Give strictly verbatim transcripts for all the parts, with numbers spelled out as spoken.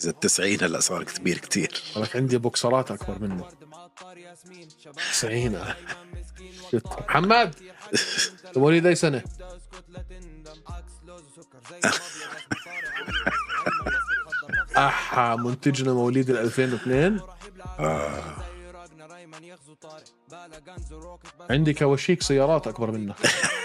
إذا التسعين هلا صار كبير كتير. ولك عندي بوكسرات أكبر منه. تسعين. محمد مواليد أي سنة؟ أحا منتجنا مواليد الألفين واثنين. آه. عندي كواشيك سيارات أكبر منه.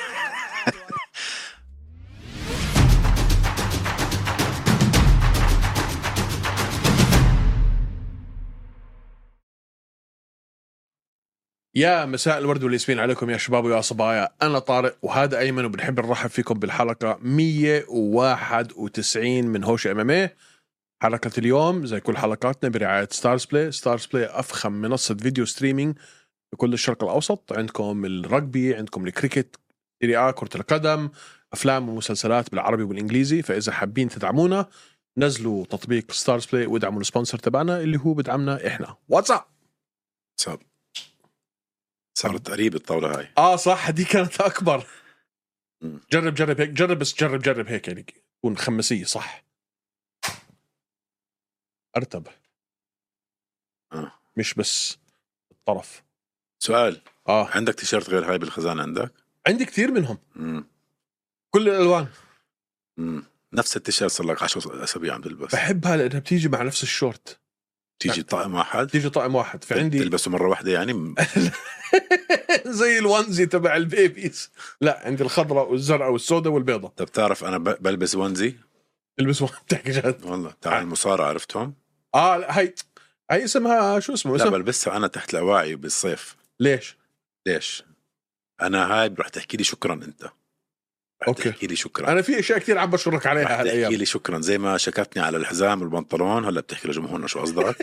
يا مساء الورد والياسمين عليكم يا شباب ويا صبايا. أنا طارق وهذا أيمن، وبنحب نرحب فيكم بالحلقة مية وواحد وتسعين من هوش ام ام اي. حلقة اليوم زي كل حلقاتنا برعاية ستارز بلاي. ستارز بلاي أفخم منصة فيديو ستريمينج في كل الشرق الأوسط. عندكم الرجبي، عندكم الكريكت، سيري آ، كرة القدم، أفلام ومسلسلات بالعربي والإنجليزي. فإذا حابين تدعمونا نزلوا تطبيق ستارز بلاي وادعموا السبونسر تبعنا اللي هو بدعمنا إحنا. واتساب صار صارت قريبة الطاولة هاي. آه صح، دي كانت أكبر. م. جرب جرب هيك، جرب بس جرب جرب هيك يعني تكون خمسية صح. أرتب آه. مش بس الطرف. سؤال، آه عندك تيشيرت غير هاي بالخزانة عندك؟ عندي كتير منهم. م. كل الألوان. م. نفس التيشيرت صار لك عشر أسابيع عم تلبس. بحبها لأنها بتيجي مع نفس الشورت. تيجي طقم واحد؟ تيجي طقم واحد. فعندي تلبسه مرة واحدة يعني. زي الوانزي تبع البيبيز. لا عندي الخضراء والزرقاء والسوداء والبيضة. طب تعرف أنا ب- بلبس ونزي البس وان بتحكي جد والله. تعال المصارعة عرفتهم؟ اه لا هي هي اسمها شو اسمه لا اسم؟ بلبسها أنا تحت الأواعي بالصيف. ليش؟ ليش؟ أنا هاي رح تحكي لي شكرا أنت. رح أوكي. تحكي لي شكرا. انا في اشياء كثير عم بشكرك عليها رح تحكي هالايام. لي شكرا زي ما شكرتني على الحزام والبنطلون. هلا بتحكي لجمهورنا شو قصدك.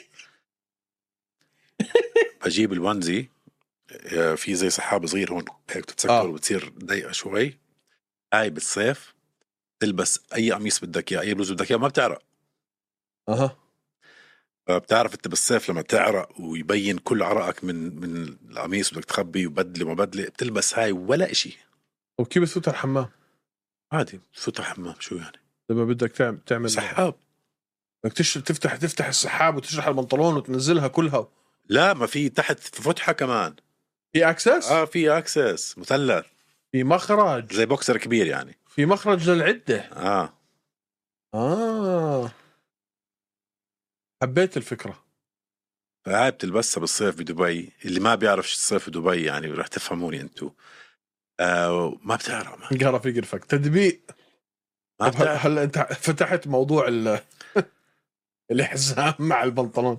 بجيب الونزي في زي سحاب صغير هون هيك بتتسكر آه. وبتصير ضيقه شوي. هاي بالصيف تلبس اي قميص بدك اياه، اي بلوز بدك اياه، ما بتعرق. اها بتعرف انت بالصيف لما تعرق ويبين كل عرقك من من القميص بدك تخبي وبدله ما بدله، بتلبس هاي ولا اشي. وكيف بتفوت الحمام؟ عادي فوت الحمام شو يعني. لما بدك تعمل تعمل سحاب بدك تش... تفتح تفتح السحاب وتشرح البنطلون وتنزلها كلها. لا ما في تحت فتحة كمان. في اكسس؟ اه في اكسس مثلث، في مخرج، زي بوكسر كبير يعني. في مخرج للعدة. اه اه حبيت الفكرة. فهاي بتلبسها بالصيف بدبي. اللي ما بيعرفش الصيف بدبي يعني رح تفهموني انتو. آه ما بتعرف ما قرا في قرفك تدبيق. ما بتعرف. هلا انت فتحت موضوع ال الحزام مع البنطلون.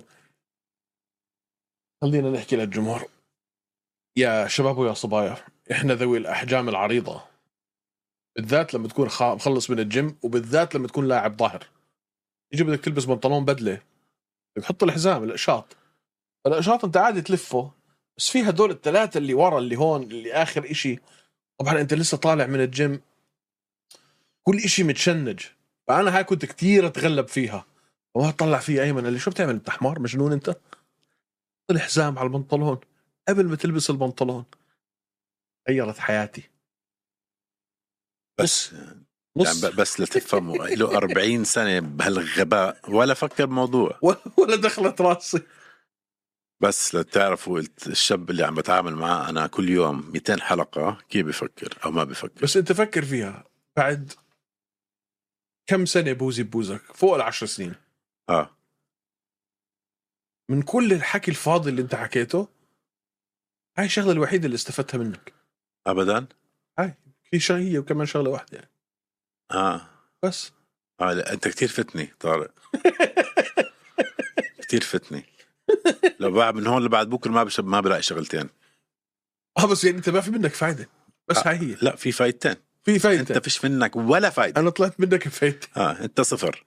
خلينا نحكي للجمهور يا شباب ويا صبايا. احنا ذوي الاحجام العريضة، بالذات لما تكون خ... مخلص من الجيم، وبالذات لما تكون لاعب ظاهر. يجي بدك تلبس بنطلون بدلة، بدك تحط الحزام الاشاط. الاشاط انت عادي تلفه، بس في هدول الثلاثة اللي ورا اللي هون اللي اخر اشي. طبعا انت لسه طالع من الجيم، كل اشي متشنج. فانا هاي كنت كتير اتغلب فيها. وما طلع فيه ايمن اللي شو بتعمل انت حمار مجنون انت؟ حط الحزام على البنطلون قبل ما تلبس البنطلون. غيرت حياتي. بس نص يعني بس لتفهموا له أربعين سنة بهالغباء ولا فكر بموضوع ولا دخلت راسي. بس لتعرفوا الشاب اللي عم بتعامل معه أنا كل يوم مئتين حلقة كيف بفكر أو ما بفكر. بس انت فكر فيها، بعد كم سنة بوزي بوزك؟ فوق العشر سنين. آه من كل الحكي الفاضي اللي انت حكيته، هاي الشغلة الوحيدة اللي استفدتها منك. أبدا. هاي في شغلة وكمان شغلة واحدة يعني. آه بس آه لا أنت كتير فتني طارق. كتير فتني. لو بعد من هون لبعد بكرة ما بشب ما بلاقي شغلتين. اه بس يعني انت ما في منك فايدة. بس آه هاي هي. لا في فايدتين. في فايدة. أنت فيش منك ولا فايدة. انا طلعت منك فايدة. آه أنت صفر.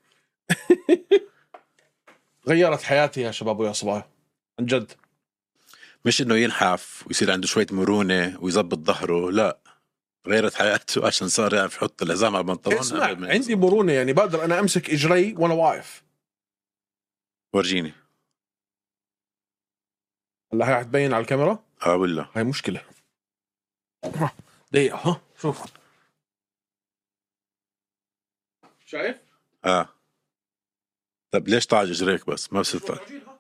غيرت حياتي يا شباب ويا صبايا عن جد. مش إنه ينحف ويصير عنده شوية مرونة ويزبط ظهره، لا غيرت حياته عشان صار يعرف يحط الحزام على البنطلون. اسمع عندي مرونة يعني بقدر أنا أمسك إجري وأنا واقف. ورجيني. هلا هاي حتبين على الكاميرا. اه ولا هاي مشكلة. دقيقة ها شوف شايف. اه طب ليش طالع اجريك بس ما بصير؟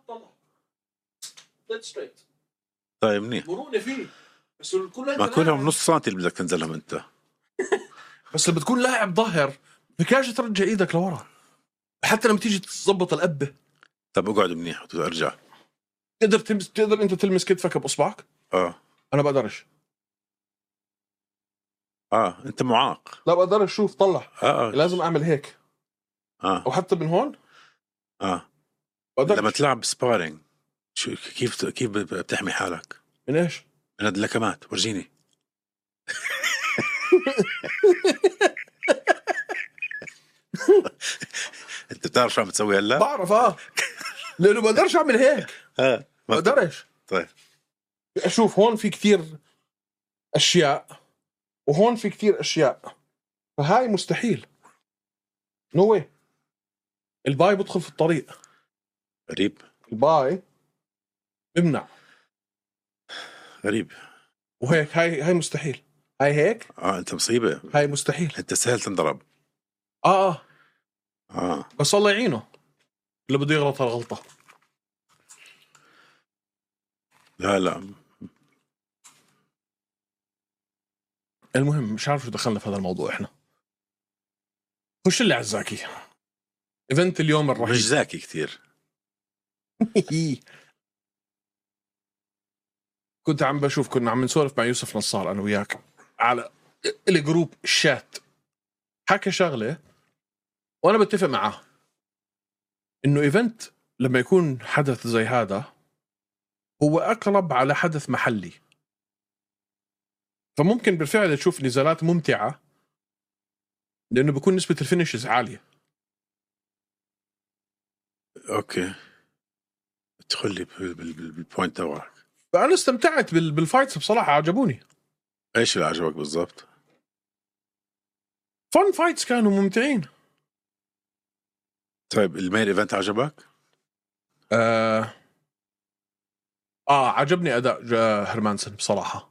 طيب منيح، مرونه فيه بس كلها ما كلهم نص سنتي اللي بدك تنزلهم انت. بس لما تكون لاعب ظاهر بكاش ترجع ايدك لورا حتى لما تيجي تظبط الأبة. طب اقعد منيح وترجع. تقدر تلمس تقدر انت تلمس كتفك باصبعك؟ اه انا بقدرش. اه انت معاق. لا بقدرش. شوف طلع. اه, آه. لازم اعمل هيك اه او حتى من هون. اه بقدرش. لما تلعب سبارينج شو كيف كيف بتحمي حالك من ايش؟ من اللكمات؟ ورجيني. انت بتعرف شو عم تسوي هلا؟ بعرف اه لانه بقدرش اعمل هيك. اه بقدرش. طيب اشوف هون في كثير اشياء وهون في كثير اشياء فهاي مستحيل. نو واي. الباي بدخل في الطريق. غريب الباي بمنع. غريب. وهيك هاي هاي مستحيل. هاي هيك. اه انت مصيبه. هاي مستحيل. انت سهل تنضرب. اه اه اه بس الله يعينه اللي بده يغلط هالغلطه. لا لا المهم مش عارف شو دخلنا في هذا الموضوع احنا. خش اللي عزاكي ايفنت اليوم الرهيب. مش ذكي كثير. كنت عم بشوف كنا عم نسولف مع يوسف نصار انا وياك على الجروب الشات. حكى شغله وانا بتفق معاه انه ايفنت لما يكون حدث زي هذا هو اقرب على حدث محلي. فممكن بالفعل تشوف نزالات ممتعه لانه بيكون نسبه الفينيشز عاليه. اوكي ادخل لي بالبوينت تبعك. فانا استمتعت بالفايتس بصراحه عجبوني. ايش اللي عجبك بالضبط؟ فن فايتس كانوا ممتعين. طيب المين ايفنت عجبك؟ آه, اه عجبني اداء هيرمانسون بصراحه.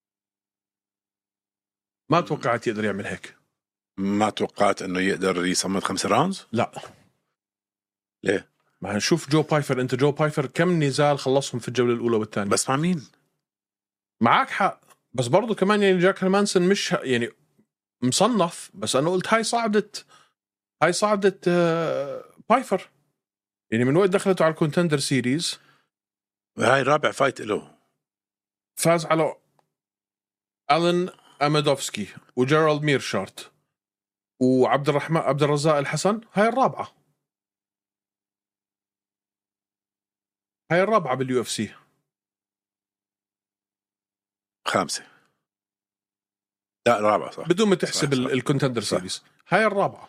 ما توقعت يقدر يعمل هيك. ما توقعت انه يقدر يصمد خمسة راوندز. لا ليه؟ ما هنشوف جو بايفر. انت جو بايفر كم نزال خلصهم في الجوله الاولى والثانيه؟ بس مع مين؟ معك حق بس برضو كمان يعني جاك هيرمانسون مش يعني مصنف. بس انا قلت هاي صعدت هاي صعدت آه بايفر يعني من وقت دخلته على الكونتندر سيريز. هاي رابع فايت له. فاز على ألين أمادوفسكي وجيرالد ميرشارت وعبد الرحمن عبد الرزاق الحسن. هاي الرابعة. هاي الرابعة باليو اف سي. خامسة. لا رابعة صح بدون ما تحسب الكونتندر سيريز. هاي الرابعة.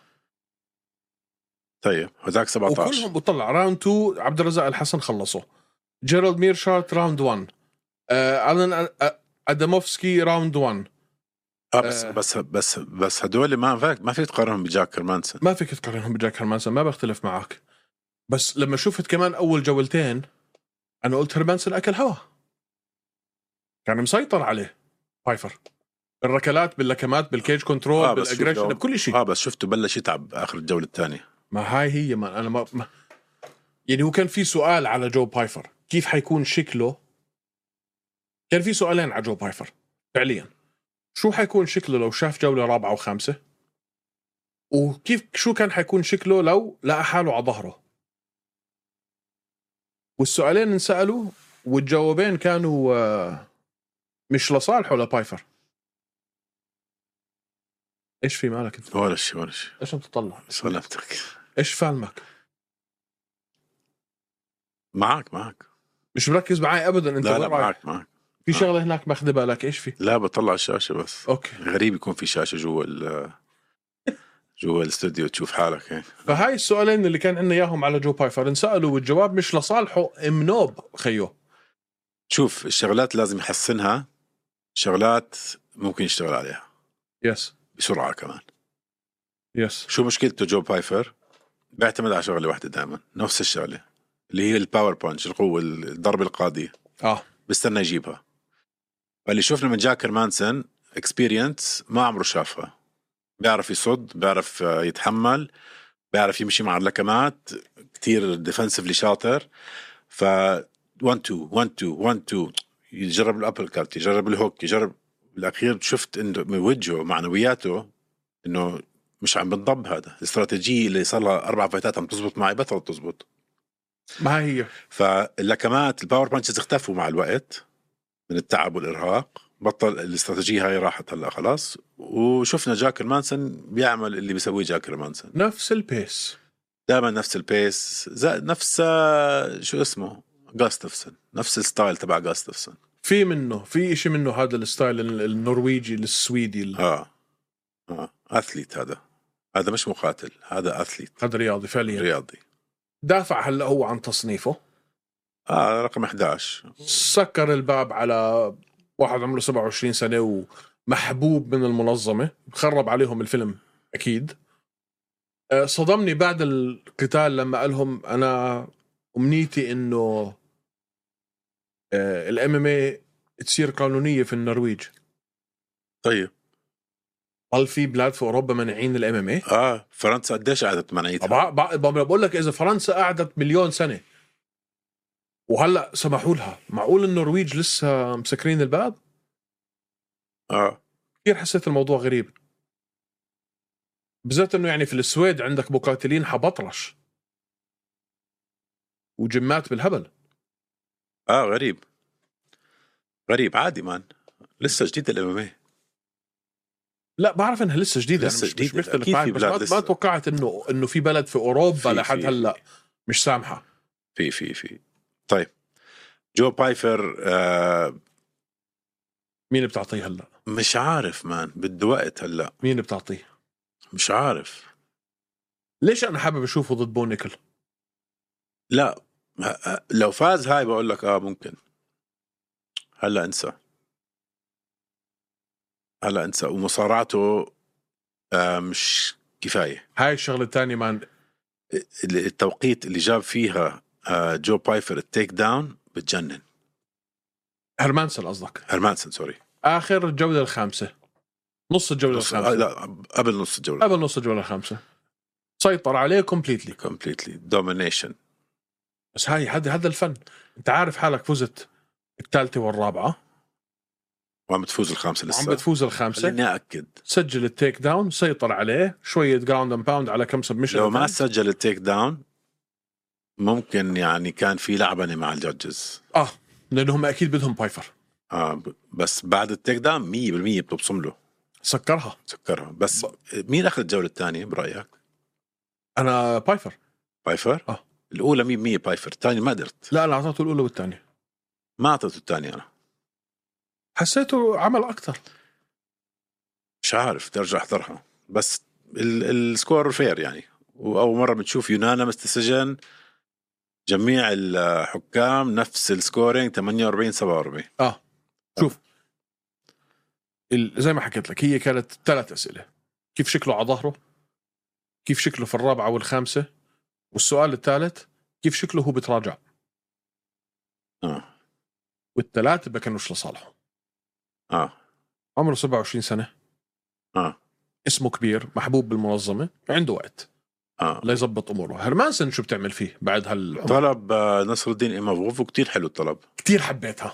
طيب هذاك سبعة عشر وكلهم بطلع راوند اثنين عبد الرزاق الحسن خلصوا. جيرالد ميرشارت راوند واحد. آه ألين أداموفسكي راوند واحد. آه بس آه بس بس بس هدول ما فيك ما فيك تقارنهم بجاك هيرمانسون. ما فيك تقارنهم بجاك هيرمانسون. ما بختلف معك. بس لما شفت كمان أول جولتين أنا قلت هيرمانسون أكل هوا. كان مسيطر عليه بايفر بالركلات باللكمات بالكيج كنترول آه بالأجريشن بكل شيء. اه بس شفته بلش يتعب آخر الجولة الثانية. ما هاي هي ما أنا ما, ما يعني هو كان في سؤال على جو بايفر كيف حيكون شكله. كان في سؤالين على جو بايفر فعليا. شو حيكون شكله لو شاف جولة رابعة وخامسة وكيف شو كان حيكون شكله لو لقى حاله على ظهره. والسؤالين انسألوا والجوابين كانوا مش لصالحه لبايفر. ايش في مالك انت؟ ولا شيء ولا شيء. ايش عم تطلع؟ سلامتك. ايش فالمك؟ معك معك مش مركز معي ابدا. انت لا لا معك معك. في شغله هناك ماخذ بالك. ايش في؟ لا بطلع الشاشة بس. اوكي. غريب يكون في شاشة جوا ال جوا الاستوديو تشوف حالك هيك. فهاي السؤالين اللي كان عندنا اياهم على جو بايفر انسألوا والجواب مش لصالحه. منوب خيو. شوف الشغلات لازم يحسنها. شغلات ممكن يشتغل عليها. يس. بسرعة كمان. يس. شو مشكلته جو بايفر؟ بيعتمد على شغلة واحدة دائما نفس الشغلة اللي هي الباور بانش القوة الضربة القاضية. اه بستنى يجيبها. فاللي شوفنا من جاك هيرمانسون اكسبيرينس ما عمره شافها. بيعرف يصد بيعرف يتحمل بيعرف يمشي مع اللكمات، كتير ديفنسيفلي شاطر. ف واحد اتنين واحد اتنين واحد اتنين يجرب الابل كارت، يجرب الهوك، يجرب. بالاخير شفت انه من وجهه معنوياته انه مش عم بنضب. هذا الاستراتيجيه اللي صار لها اربع فايتات عم تزبط معي بطلت تزبط. ما هي فاللكمات الباور بانشز اختفوا مع الوقت من التعب والارهاق، بطل الاستراتيجيه هاي راحت هلا خلاص. وشفنا جاك مانسون بيعمل اللي بيسويه جاك مانسون، نفس البيس، دائما نفس البيس، نفس شو اسمه غاستفسون، نفس الستايل تبع غاستفسون. في منه في إشي منه هذا الستايل النرويجي السويدي ال... اه اه اثليت. هذا هذا مش مقاتل، هذا اثليت، هذا رياضي فعليا. رياضي. دافع هلا هو عن تصنيفه، اه رقم إحدى عشر. سكر الباب على واحد عمره سبعة وعشرين سنة ومحبوب من المنظمة، خرب عليهم الفيلم أكيد. صدمني بعد القتال لما قالهم أنا أمنيتي إنه الام ام اي تصير قانونية في النرويج. طيب هل في بلاد في أوروبا منعين الام ام اي؟ اه فرنسا قديش قعدت منعيتها؟ بقول لك إذا فرنسا قعدت مليون سنة وهلا سمحوا لها، معقول النرويج لسه مسكرين الباب؟ اه كثير حسيت الموضوع غريب، بالذات انه يعني في السويد عندك مقاتلين حبطرش وجمات بالهبل. اه غريب غريب عادي مان، لسه جديد الام ام اي. لا بعرف انها لسه جديده، لسه مش جديدة. مش بختلف معك، بس ما, ما توقعت انه انه في بلد في اوروبا لحد هلا مش سامحه. في في في طيب جو بايفر آه مين بتعطيه هلا؟ مش عارف مان، بده وقت هلا. مين بتعطيه؟ مش عارف. ليش انا حابب اشوفه ضد بونيكل؟ لا لو فاز هاي بقول لك اه ممكن. هلا انسى، هلا انسى. ومصارعته آه مش كفايه. هاي الشغله الثانيه مان، التوقيت اللي جاب فيها آه جو بايفر التيك داون بتجنن. هرمانسن قصدك؟ هرمانسن سوري. اخر الجوله الخامسه، نص الجوله نص... الخامسه. لا قبل نص الجوله، قبل نص الجوله الخامسه سيطر عليه كومبليتلي كومبليتلي دومينيشن. بس هاي هذا هذا الفن. انت عارف حالك فزت الثالثه والرابعه وعم بتفوز الخامسه لسه، وعم بتفوز الخامسه. خليني أأكد، سجل التيك داون، سيطر عليه شويه جراوند اند باوند على كم سبمشن. لو ما سجل التيك داون ممكن يعني كان في لعبنه مع الجادجز. اه لانهم اكيد بدهم بايفر. اه بس بعد التيك داون مية بالمية بتبصم له. سكرها سكرها. بس ب... مين اخذ الجوله الثانيه برايك؟ انا بايفر. بايفر اه الاولى مية بالمية بايفر، الثانيه ما قدرت. لا انا اعطيته الاولى والثانيه، ما اعطيته الثانيه. انا حسيته عمل اكثر. مش عارف ترجع احضرها، بس ال... السكور فير يعني. واول مره بتشوف يونانيمس ديسيجن، جميع الحكام نفس السكورينج ثمانية وأربعين سبعة وأربعين. اه شوف ال... زي ما حكيت لك هي كانت ثلاث اسئله: كيف شكله على ظهره، كيف شكله في الرابعه والخامسه، والسؤال الثالث كيف شكله هو بتراجع. اه والثلاثه ما كانوش لصالحه. اه عمره سبعة وعشرين سنه، اه اسمه كبير، محبوب بالمنظمه، عنده وقت اه لا يزبط اموره. هرمانسن شو بتعمل فيه بعد هالعمر؟ طلب نصر الدين إيمافوف وكتير حلو الطلب، كتير حبيتها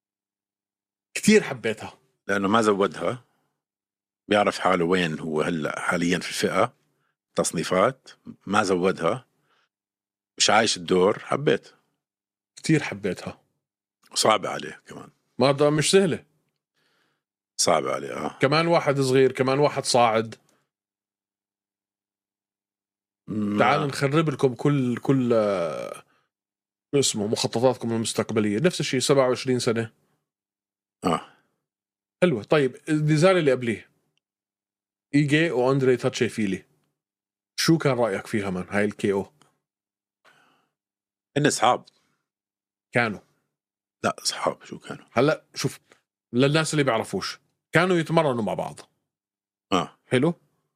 كتير حبيتها لأنه ما زودها. بيعرف حاله وين هو هلا حاليا في الفئة تصنيفات، ما زودها، مش عايش الدور. حبيت كتير حبيتها. صعبة عليه كمان، ما ده مش سهلة. صعبة عليه اه. كمان واحد صغير، كمان واحد صاعد. ما. تعال نخرب لكم كل كل آه، اسمه مخططاتكم المستقبلية. نفس الشيء سبعة وعشرين سنة. اه حلوة. طيب النزال اللي قبليه إيجي وأندري تاتشيفيلي، شو كان رأيك فيها من هاي الكي او؟ إن أصحاب كانوا لا أصحاب شو كانوا؟ هلا شوف للناس اللي بيعرفوش، كانوا يتمرنوا مع بعض. اه حلو.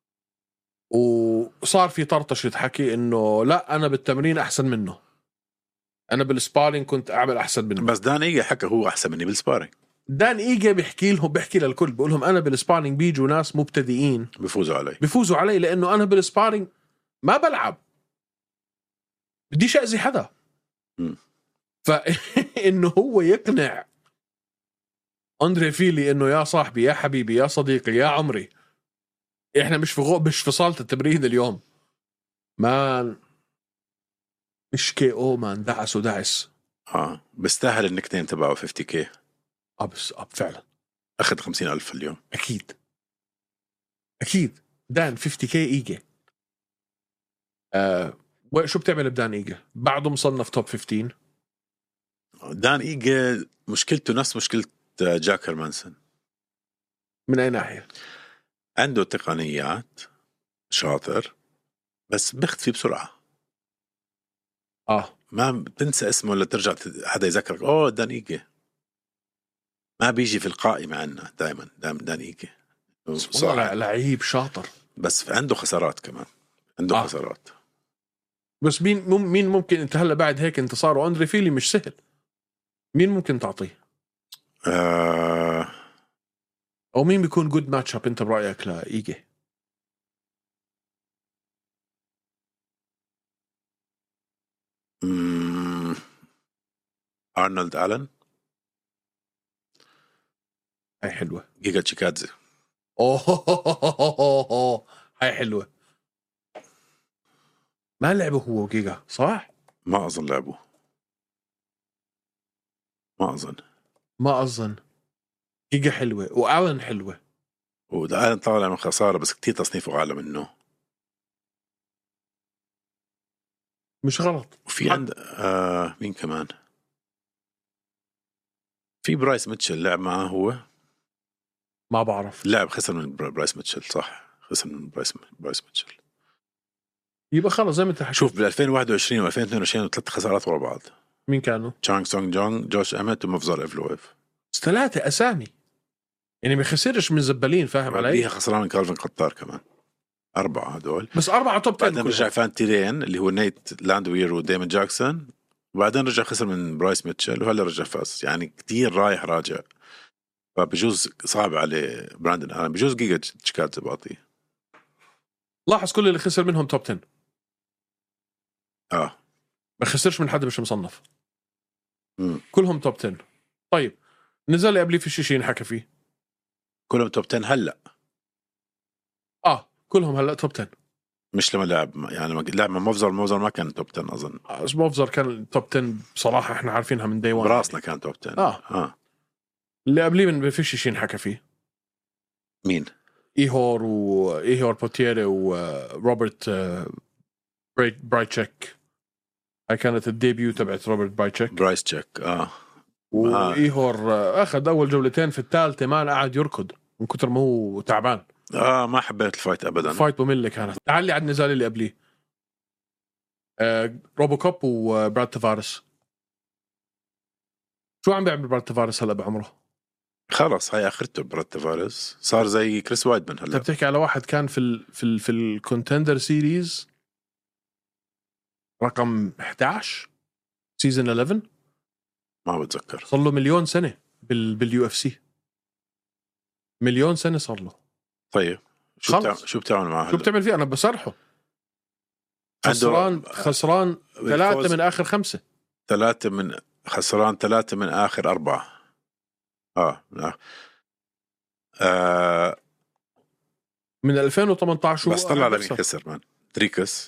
وصار في طرطشة حكي إنه لا أنا بالتمرين أحسن منه، أنا بالسبارينج كنت أعمل أحسن منه. بس دان إيجا حكى هو أحسن مني بالسبارينج. دان إيجا بيحكي لهم، بيحكي للكل، بقول لهم أنا بالسبارينج بيجوا ناس مبتدئين بيفوزوا علي بيفوزوا علي لأنه أنا بالسبارينج ما بلعب، بديش أذي حدا. م. فإنه هو يقنع أندري فيلي إنه يا صاحبي يا حبيبي يا صديقي يا عمري إحنا مش في غو مش في صالة التمرين اليوم مان، مش كي أو مان، دعس ودعس. اه بستاهل النكتين تبعه خمسين كي. أبس أب فعلا أخذ خمسين ألف اليوم. أكيد أكيد. دان خمسين كي إيجي. آه وشو بتعمل بدان إيجي؟ بعده مصنف توب خمستاشر. دان إيجي مشكلته نفس مشكلة جاك هيرمانسون. من أي ناحية؟ عنده تقنيات، شاطر، بس بيختفي بسرعة. آه ما بتنسى اسمه ولا ترجع حدا يذكرك أوه دان إيجي. ما بيجي في القائمة عنا دائما دائما دان إيجي. والله لعيب شاطر، بس عنده خسارات كمان، عنده آه. خسارات. بس مين مين ممكن انت هلا بعد هيك انتصار واندري فيلي مش سهل، مين ممكن تعطيه؟ آه... او مين بيكون جود ماتش اب انت برايك لايجي؟ مم... ارنولد آلن. هاي حلوه. جيجا تشيكادزي. اوه هاي حلوه. ما لعبوا هو جيجا صح؟ ما اظن لعبوا، ما اظن ما اظن. جيجا حلوه والن حلوه. وده آلن طالع من خساره بس كتير تصنيفه اعلى منه. مش غلط. وفي عند آه... مين كمان؟ في برايس ميتشل لعب معه هو. ما بعرف. لعب خسر من برايس ميتشل صح، خسر من برايس برايس ميتشل. يبقى خلص زي ما انت حكيت. شوف بال ألفين وواحد وعشرين و2022 ثلاث خسارات ورا بعض. مين كانوا؟ تشانغ سونغ جونغ، جوش اميت، ومفزر ايفلويف. ثلاثه اسامي يعني ما خسرش من زبالين، فاهم علي؟ عليها خسران من كالفين قطار كمان. أربعة هدول بس أربعة توب عشرة. بعدين رجع فانتيرين اللي هو نيت لاندوير وديمون جاكسون، وبعدين رجع خسر من برايس ميتشل وهلا رجع فاز. يعني كتير رايح راجع، فبجوز صعب عليه براندن آلن، بجوز جيجا تشيكادزي بعطيه. لاحظ كل اللي خسر منهم توب عشرة، اه ما خسرش من حدا مش مصنف. مم. كلهم توب عشرة. طيب نزل لي قبلي في شيء حكى فيه كلهم توب عشرة هلا. اه كلهم هلا توب عشرة. مش لما لعب يعني لما لعب مع مفزر، مفزر ما كان توب عشرة اظن. آه مفزر كان توب عشرة بصراحه، احنا عارفينها من داي وان براسنا كان توب عشرة. اه, آه. اللي قبليه من فيش شيء حكى فيه مين؟ ايهور وايهور بوتيري وروبرت برايتشيك. هاي كانت الديبيو تبعت روبرت برايتشيك. برايس تشيك اه. وايهور آه. اخذ اول جولتين، في الثالثه ما قاعد يركض من كتر ما هو تعبان. اه ما حبيت الفايت ابدا. الفايت ممله كانت. تعال لي على النزال اللي قبليه آه روبو كوب وبراد تافارس. شو عم بيعمل براد تافارس هلا بعمره؟ خلص هاي اخرته. براد تافارس صار زي كريس وايدمان هلا. انت بتحكي على واحد كان في ال في ال في الكونتندر سيريز رقم إحدى عشر سيزون إحدى عشر. ما بتذكر. صار له مليون سنه بال باليو اف سي. مليون سنه صار له. طيب شو بتعمل شو بتعمل معه؟ شو بتعمل فيه؟ انا بسرحه. خسران خسران ثلاثه من اخر خمسه. ثلاثه من خسران ثلاثه من اخر اربعه. اه, آه. من ألفين وثمانية عشر. بس طلع على مين خسر مان؟ دريكس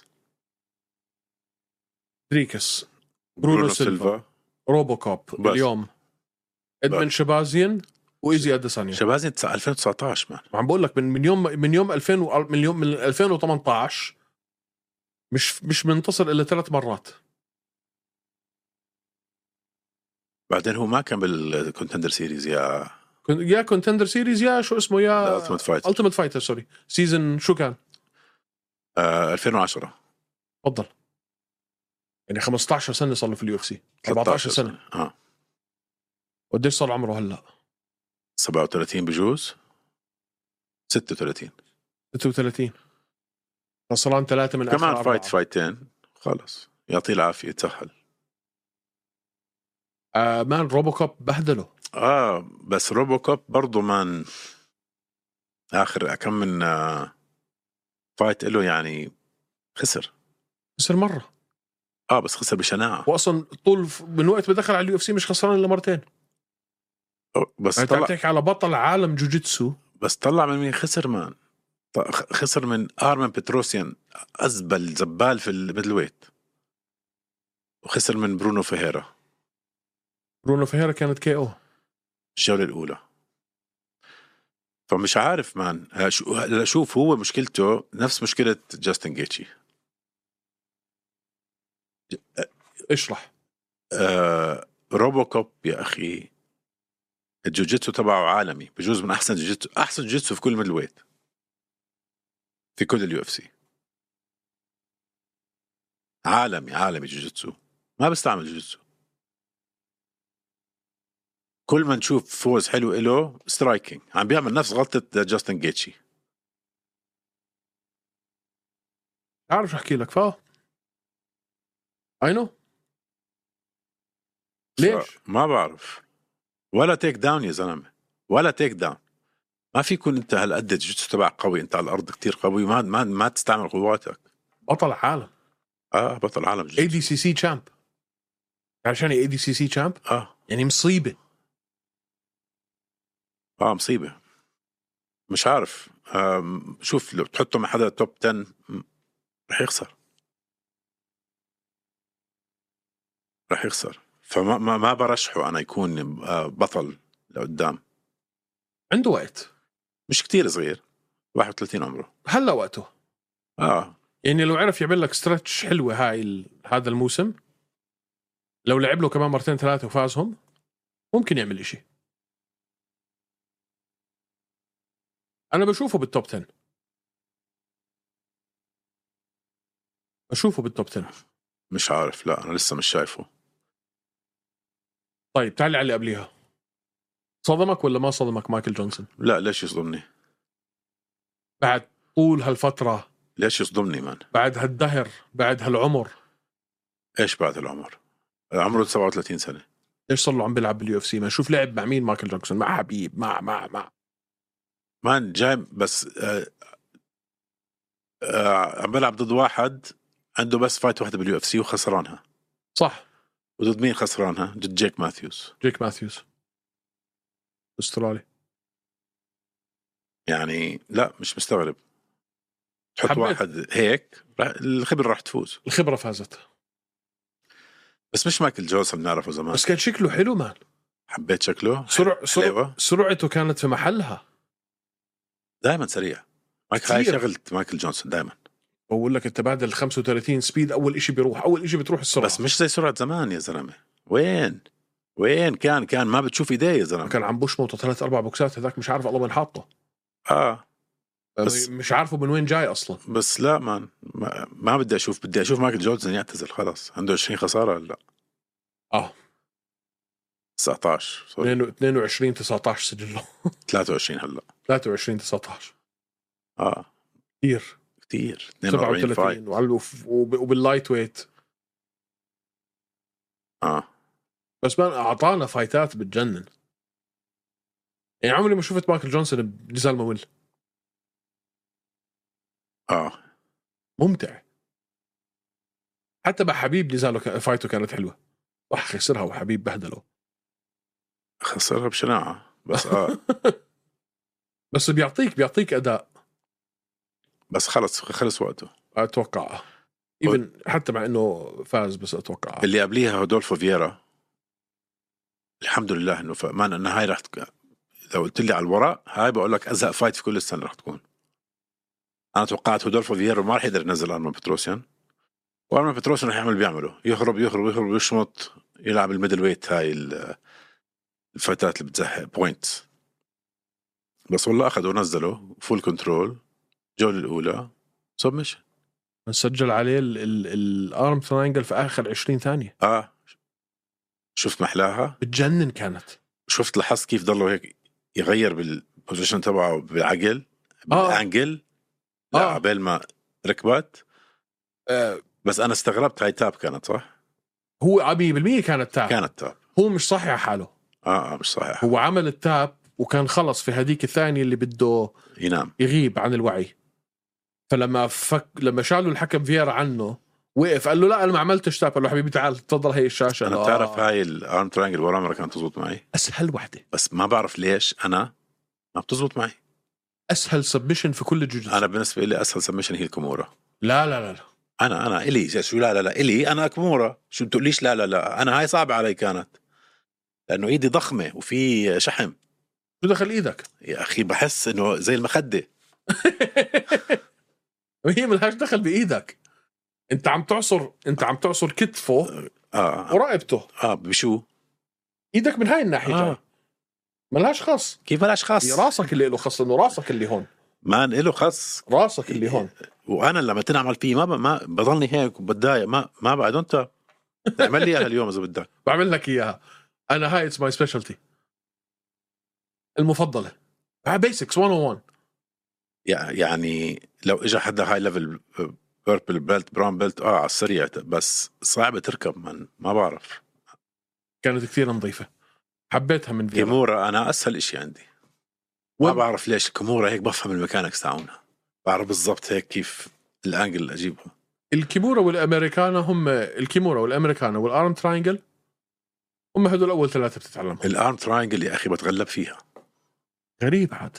دريكس برونو, برونو سيلفا, روبو كوب اليوم، ادمن شبازين وايزي اديسانيا. شبازين ألفين وتسعة عشر مان. عم بقول لك من من يوم من يوم ألفين من يوم من ألفين وثمانية عشر مش مش منتصر الا ثلاث مرات. بعدين هو ما كان بالكونتندر سيريز يا يا كونتندر سيريز يا شو اسمه يا التيمت فايتر. التيمت فايتر سوري. سيزن شو كان؟ آه ألفين وعشرة. تفضل. يعني خمسة عشر سنه صار له في اليو اف سي. أربعة عشر سنه. اه قديش صار عمره هلا؟ سبعة وثلاثين بجوز. ستة وثلاثين. ستة وثلاثين. خسران ثلاثه من كمان اخر فايت أربعة. فايتين خلص يعطيه العافيه يتسهل. آه مان روبو كوب بهدله. اه بس روبو كوب برضو مان اخر كم من آه فايت له يعني خسر. خسر مره اه بس خسر بشناعه. واصلا طول من وقت ما دخل على اليو اف سي مش خسران الا مرتين. بس انت طلع بتحكي على بطل عالم جوجيتسو. بس طلع من مين خسر مان؟ خسر من ارمن بتروسيان، ازبل زبال في الميدل ويت، وخسر من برونو فيهيرا. برونو فيهيرا كانت كي او الجوله الاولى. فمش عارف مان، شوف هو مشكلته نفس مشكله جاستن جيتشي. اشرح. آه روبو كوب يا اخي، الجوجيتسو تبعه عالمي، بجوز من احسن جوجيتسو، احسن جوجيتسو في كل ميدل ويت في كل اليو اف سي. عالمي عالمي جوجيتسو، ما بستعمل جوجيتسو. كل ما نشوف فوز حلو إله سترايكينج، عم بيعمل نفس غلطة جاستن جيتشي. عارف شو احكي لك فا اي نو ليش ما بعرف، ولا تيك داون يا زلمة، ولا تيك داون. ما في يكون انت هالقد الجوجيتسو تبعك قوي، انت على الارض كتير قوي، ما ما ما تستعمل قواتك. بطل عالم اه بطل عالم اي دي سي سي تشامب. عشان اي دي سي سي تشامب اه يعني مصيبه. اه مصيبة. مش عارف، شوف لو تحطه مع حدا توب عشرة رح يخسر، رح يخسر. فما ما, ما برشحه أنا يكون بطل لقدام. عنده وقت، مش كتير صغير، واحد وثلاثين عمره، هلا وقته. اه يعني لو عرف يعمل لك ستريتش حلوه هاي ال... هذا الموسم، لو لعب له كمان مرتين ثلاثه وفازهم ممكن يعمل إشي. انا بشوفه بالتوب عشرة، بشوفه بالتوب عشرة. مش عارف، لا أنا لسه مش شايفه. طيب تعال على اللي قبليها، صدمك ولا ما صدمك مايكل جونسون؟ لا ليش يصدمني؟ بعد طول هالفتره، ليش يصدمني مان؟ بعد هالدهر، بعد هالعمر. ايش بعد العمر؟ عمره سبعة وثلاثين سنة. ليش صار له عم بيلعب باليو اف سي؟ ما شوف لعب مع مين مايكل جونسون؟ مع حبيب، مع مع مع مان جاي بس آه آه عم بلعب ضد واحد عنده بس فايت واحدة باليو اف سي وخسرانها. صح. وضد مين خسرانها؟ ضد جيك ماثيوس. جيك ماثيوس استرالي. يعني لا مش مستغرب تحط حبيت. واحد هيك، الخبرة راح تفوز. الخبره فازت. بس مش مايكل جونسون بنعرفه زمان. بس كان شكله حلو مان. حبيت شكله. سرع سرع حليوة. سرعته كانت في محلها. دائما سريع. مايكل هاي شغلة مايكل جونسون دائما. بقول لك انت بعد ال خمسة وثلاثين سبيد اول إشي بيروح، اول إشي بتروح السرعه. بس مش زي سرعة زمان يا زلمة. وين وين كان كان ما بتشوف ايديه يا زلمة. كان عم بشمطه ثلاث اربع بوكسات هذاك، مش عارف الله وين حاطه. اه بس مش عارفه من وين جاي اصلا. بس لا مان، ما, ما بدي اشوف بدي اشوف مايكل جونسون يعتزل خلاص، عنده عشرين خسارة. لا اه تسعة عشر سوري. اثنين وعشرين تسعة عشر سجله. ثلاثة وعشرين هلا. ثلاثة وعشرين تسعة عشر اه كثير كثير. اثنين وأربعين فايت وعلى وباللايت ويت. اه بس ما اعطانا فايتات بتجنن. يعني عمري ما شفت مايكل جونسون بنزال ممل. اه ممتع. حتى مع حبيب نزاله فايته كانت حلوه. راح خسرها وحبيب بهدله. خسرها بشناعة بس اه بس بيعطيك بيعطيك اداء. بس خلص خلص وقته اتوقع ايفن حتى مع انه فاز، بس اتوقع اللي قبليها هودولفو فييرا. الحمد لله انه ف... ما انه هاي راح تك... لو قلت لي على الوراء هاي بقول لك ازهق فايت في كل السنه راح تكون. انا توقعت هودولفو فييرا ما راح يقدر ينزل ارمن بتروسيان، وارمن بتروسيان راح يعمل بيعمله، يهرب يهرب يهرب يشمط، يلعب الميدل ويت، هاي الفايتات اللي بتزهق بوينتس. بس والله اخذوا ونزلوا فول كنترول الجوله الاولى سبمشن. سجل عليه الارم تراينجل في اخر عشرين ثانيه. اه شفت محلاها بتجنن كانت. شفت لاحظت كيف ضلوا هيك يغير بالبوزيشن تبعه بالعقل بالانجل آه. لا آه. عبال ما ركبت. آه. بس انا استغربت هاي تاب كانت صح. هو عبي بالمية كانت تاب. كانت تاب. هو مش صحيح على حاله. اه اه مش صحيح. هو عمل التاب وكان خلص في هذيك الثانيه اللي بده ينام يغيب عن الوعي. فلما فك لما شالوا الحكم فييرا عنه وقف قال له لا انا ما عملتش تاب. قال له حبيبي تعال تفضل هي الشاشه. انا بتعرف هاي الارم ترانجل ولا عمرها كانت تزبط معي. اسهل وحده بس ما بعرف ليش انا ما بتزبط معي. اسهل سبمشن في كل الجوجيتسو. انا بالنسبه لي اسهل سبمشن هي الكامورا. لا لا لا لا انا انا الي شو لا لا لا الي انا كامورا. شو بتقوليش لا لا لا انا هاي صعبه علي كانت لانه ايدي ضخمه وفي شحم. شو دخل ايدك يا اخي بحس انه زي المخده. وهي ملهاش دخل بايدك. انت عم تعصر انت عم تعصر كتفه اه ورقبته. اه بشو ايدك من هاي الناحيه آه. جاي. ملهاش خص. كيف ملاش خاص؟ هي راسك اللي له خص لانه راسك اللي هون. ما له خص راسك اللي هون. وانا لما تنعمل فيه ما ب... ما بضلني هيك وبتضايق. ما ما بعد انت تعمل لي اياها اليوم اذا بدك. بعمل لك اياها انا. هاي اتس ماي سبيشالتي المفضله. بيسكس مية وواحد. يعني لو اجى حدا هاي ليفل بيربل بيلت براون بيلت اه على السريع بس صعبه تركب. من ما بعرف. كانت كثير نظيفه حبيتها من فيرا. كيمورا انا اسهل اشي عندي. ما بعرف ليش الكيمورا هيك بفهم الميكانكس تاعونها. بعرف بالضبط هيك كيف الانجل اللي اجيبها. الكيمورا والامريكانا هم الكيمورا والامريكانا والارم تراينجل هم هدول اول ثلاثه بتتعلمهم. الارم تراينجل يا اخي بتغلب فيها. غريب عاد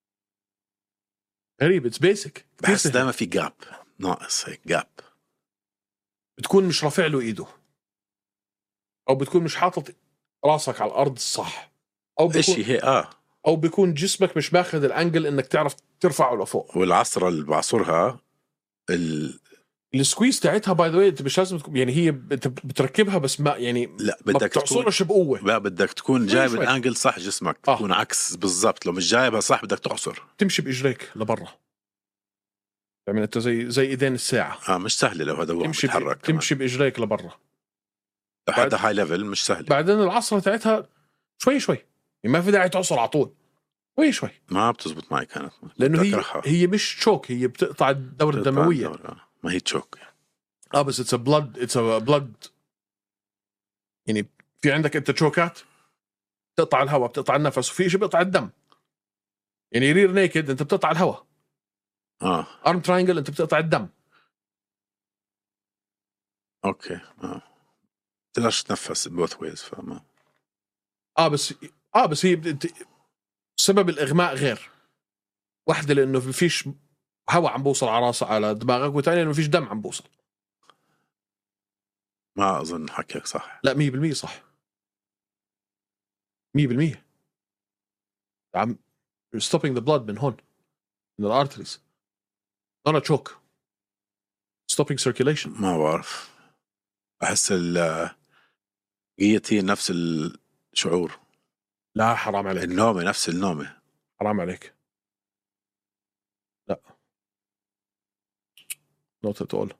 غريب. اتس بيسك. بحس دائما في جاب ناقص هيك جاب. بتكون مش رافع له ايده او بتكون مش حاطط راسك على الارض الصح او بيكون شيء هي اه او بيكون جسمك مش ماخذ الانجل انك تعرف ترفعه لفوق. والعصره اللي بعصرها ال... السكويز تاعتها باي ذا واي انت مش لازم تكون يعني هي بت- بتركبها بس ما يعني لا ما بدك بتعصرش بقوه. لا بدك تكون جايب شوي. الانجل صح. جسمك آه. تكون عكس بالضبط. لو مش جايبها صح بدك تعصر. تمشي باجريك لبرا. يعني انت زي زي ايدين الساعه. اه مش سهله لو هذا هو تمشي ب... بيتحرك. تمشي باجريك لبرا. لحد هاي ليفل مش سهل. بعدين العصره تاعتها شوي شوي يعني ما في داعي تعصر على طول. شوي شوي ما بتزبط معي كانت. لانه هي بتكرهها. هي مش شوك. هي بتقطع الدورة الدمويه. الدورة. ما هي تشوك. اه بس اتس بلاد اتس بلاد يعني في عندك انت تشوكات بتقطع الهواء بتقطع النفس وفي شيء بيقطع الدم. يعني رير نيكد انت بتقطع الهواء. اه ارم تراينجل انت بتقطع الدم. اوكي. اه تقدرش تنفس بوث ويز. فما اه بس اه بس هي بت... سبب الاغماء غير. واحده لانه ما فيش هواء عم بوصل على راسك على دماغك وثانيا لانه ما فيش دم عم بوصل. ما اظن حكيك صح. لا مية بالمية صح. مية بالمية عم stopping the blood من هون من الارتريز. not a choke. stopping circulation. ما بعرف. احس الجيتين نفس الشعور. لا حرام عليك. النومه نفس النومه. حرام عليك. لا not at all.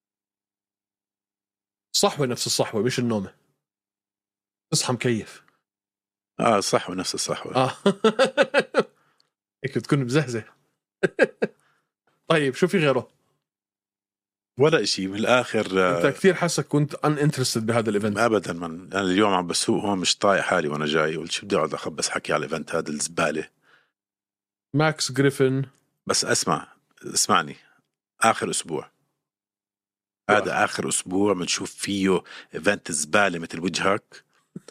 الصحوة نفس الصحوة مش النومة. تصحى مكيف. اه صحوه نفس الصحوه. اه هيك تكون مزهزه. طيب شو في غيره؟ ولا إشي من الآخر. انت كثير حاسك كنت uninterested بهذا الايفنت. ابدا. من انا اليوم عم بسوق هون مش طايق حالي وانا جاي. قلت شو بدي اقعد اخبص حكي على الايفنت هذا الزباله. ماكس جريفن. بس اسمع اسمعني. اخر اسبوع هذا اخر اسبوع بنشوف فيه ايفنت زباله مثل وجهك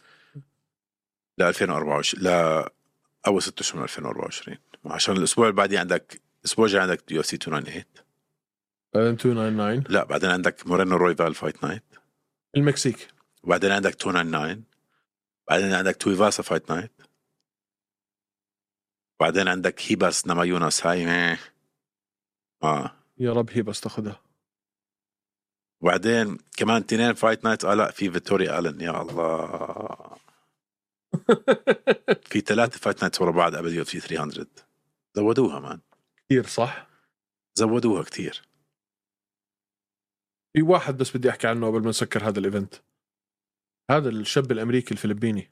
ل ألفين وأربعة وعشرين. لا اول ستة اشهر من ألفين وأربعة وعشرين. عشان الاسبوع اللي بعديه عندك الاسبوع الجاي عندك يو اف سي مئتين وثمانية وتسعين. مئتين وتسعة وتسعين لا بعدين عندك مورينو رويفال فايت نايت. المكسيك. وبعدين عندك مئتين وتسعة وتسعين. بعدين عندك تويفاسا فايت نايت. بعدين عندك هيباس نمايوناس. هاي اه يا رب هي بس تاخذها. وبعدين كمان تنين فايت نايت. اه لا في فيكتوريا آلن. يا الله. في ثلاثة فايت نايت ورا بعض قبل يو في ثلاثمية. زودوها مان. كثير صح. زودوها كتير. في واحد بس بدي احكي عنه قبل ما نسكر هذا الايفنت. هذا الشاب الامريكي الفلبيني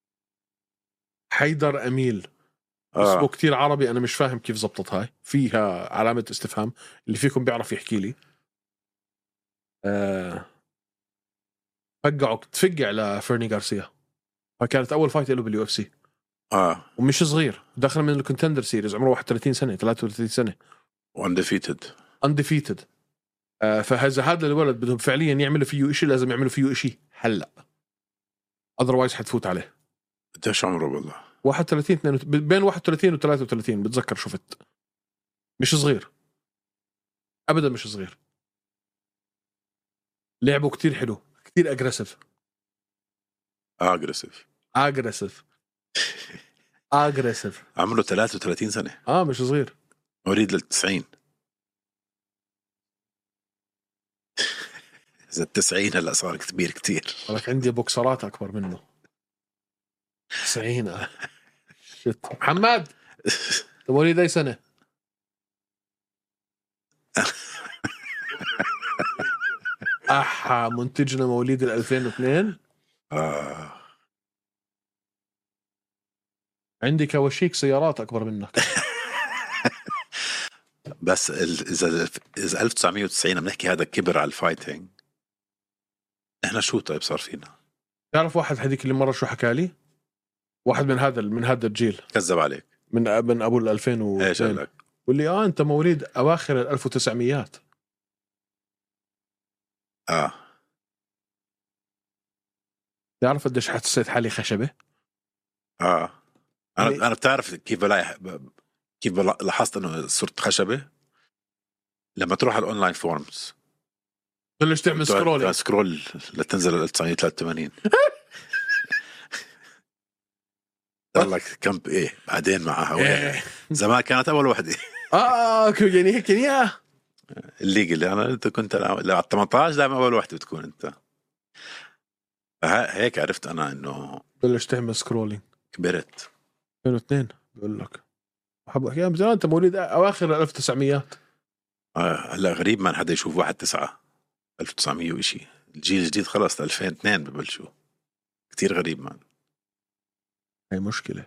حيدر اميل. آه. اسمه كتير عربي انا مش فاهم كيف زبطت. هاي فيها علامة استفهام. اللي فيكم بيعرف يحكي لي. أه... فقعوا تفقع لفيرني غارسيا. فكانت اول فايت له باليو اف سي. اه ومش صغير. دخل من الكونتندر سيريز عمره واحد وثلاثين سنة ثلاثة وثلاثين سنة. واندفيتد. undefeated. آه فهذا هذا الولد بدهم فعليا يعملوا فيه إشي، لازم يعملوا فيه إشي هلا، اذروايز حتفوت عليه. قديش عمره والله؟ واحد وثلاثين اثنين وثلاثين، بين واحد وثلاثين وثلاثة وثلاثين بتذكر، شفت مش صغير ابدا، مش صغير. لعبه كتير حلو، كتير اجريسيف اجريسيف اجريسيف اجريسيف. عمره ثلاثة وثلاثين سنة، اه مش صغير. مواليد للتسعين. إذا التسعين هلا صار كبير كتير. لك عندي بوكسرات أكبر منه. تسعين. شت. محمد مواليد أي سنة؟ أحا منتجنا مواليد الألفين واثنين. آه. عندي كواشيك سيارات أكبر منك. بس إذا إذا ألف وتسعمية وتسعين بنحكي هذا كبر على الفايتنج، إحنا شو طيب صار فينا؟ تعرف واحد هذيك اللي مرة شو حكى لي؟ واحد من هذا من هذا الجيل كذب عليك من من أبو الألفين واثنين. إيش قال لك؟ واللي آه أنت مواليد أواخر الألف وتسعميات. آه. تعرف قديش حسيت حالي خشبة؟ آه. أنا يعني... أنا بتعرف كيف بلاقي كيف لاحظت إنه صرت خشبة؟ لما تروح على الأونلاين فورمز بلش تعمل سكرول سكرول لتنزل ال تسعمية وثلاثة وثمانين. والله كم ايه بعدين معها إيه. زمان كانت اول وحده. اه يعني هيك يعني الليجل انا انت كنت على ثمانية عشر دائما اول وحده بتكون انت. هيك عرفت انا انه بلش تعمل سكرولينج. كبرت. ألفين واثنين بقول لك بحب احكي مثلا انت مواليد اواخر ألف وتسعمية. اه هلا غريب ما حدا يشوف واحد تسعة ألف وتسعمية وشي. الجيل الجديد خلص ألفين واثنين ببلشوا. كتير غريب مان. هي مشكله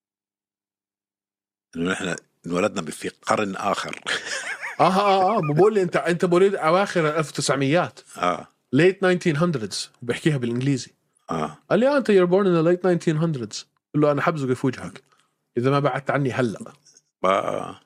انه نحن انولدنا في قرن اخر. اه اه اه بقول لي انت انت مواليد اواخر ألف وتسعمية. اه late nineteen hundreds وبحكيها بالانجليزي. اه قال لي آه انت you're born in the late nineteen hundreds. قل له انا حبزق في وجهك اذا ما بعدت عني هلا. آه.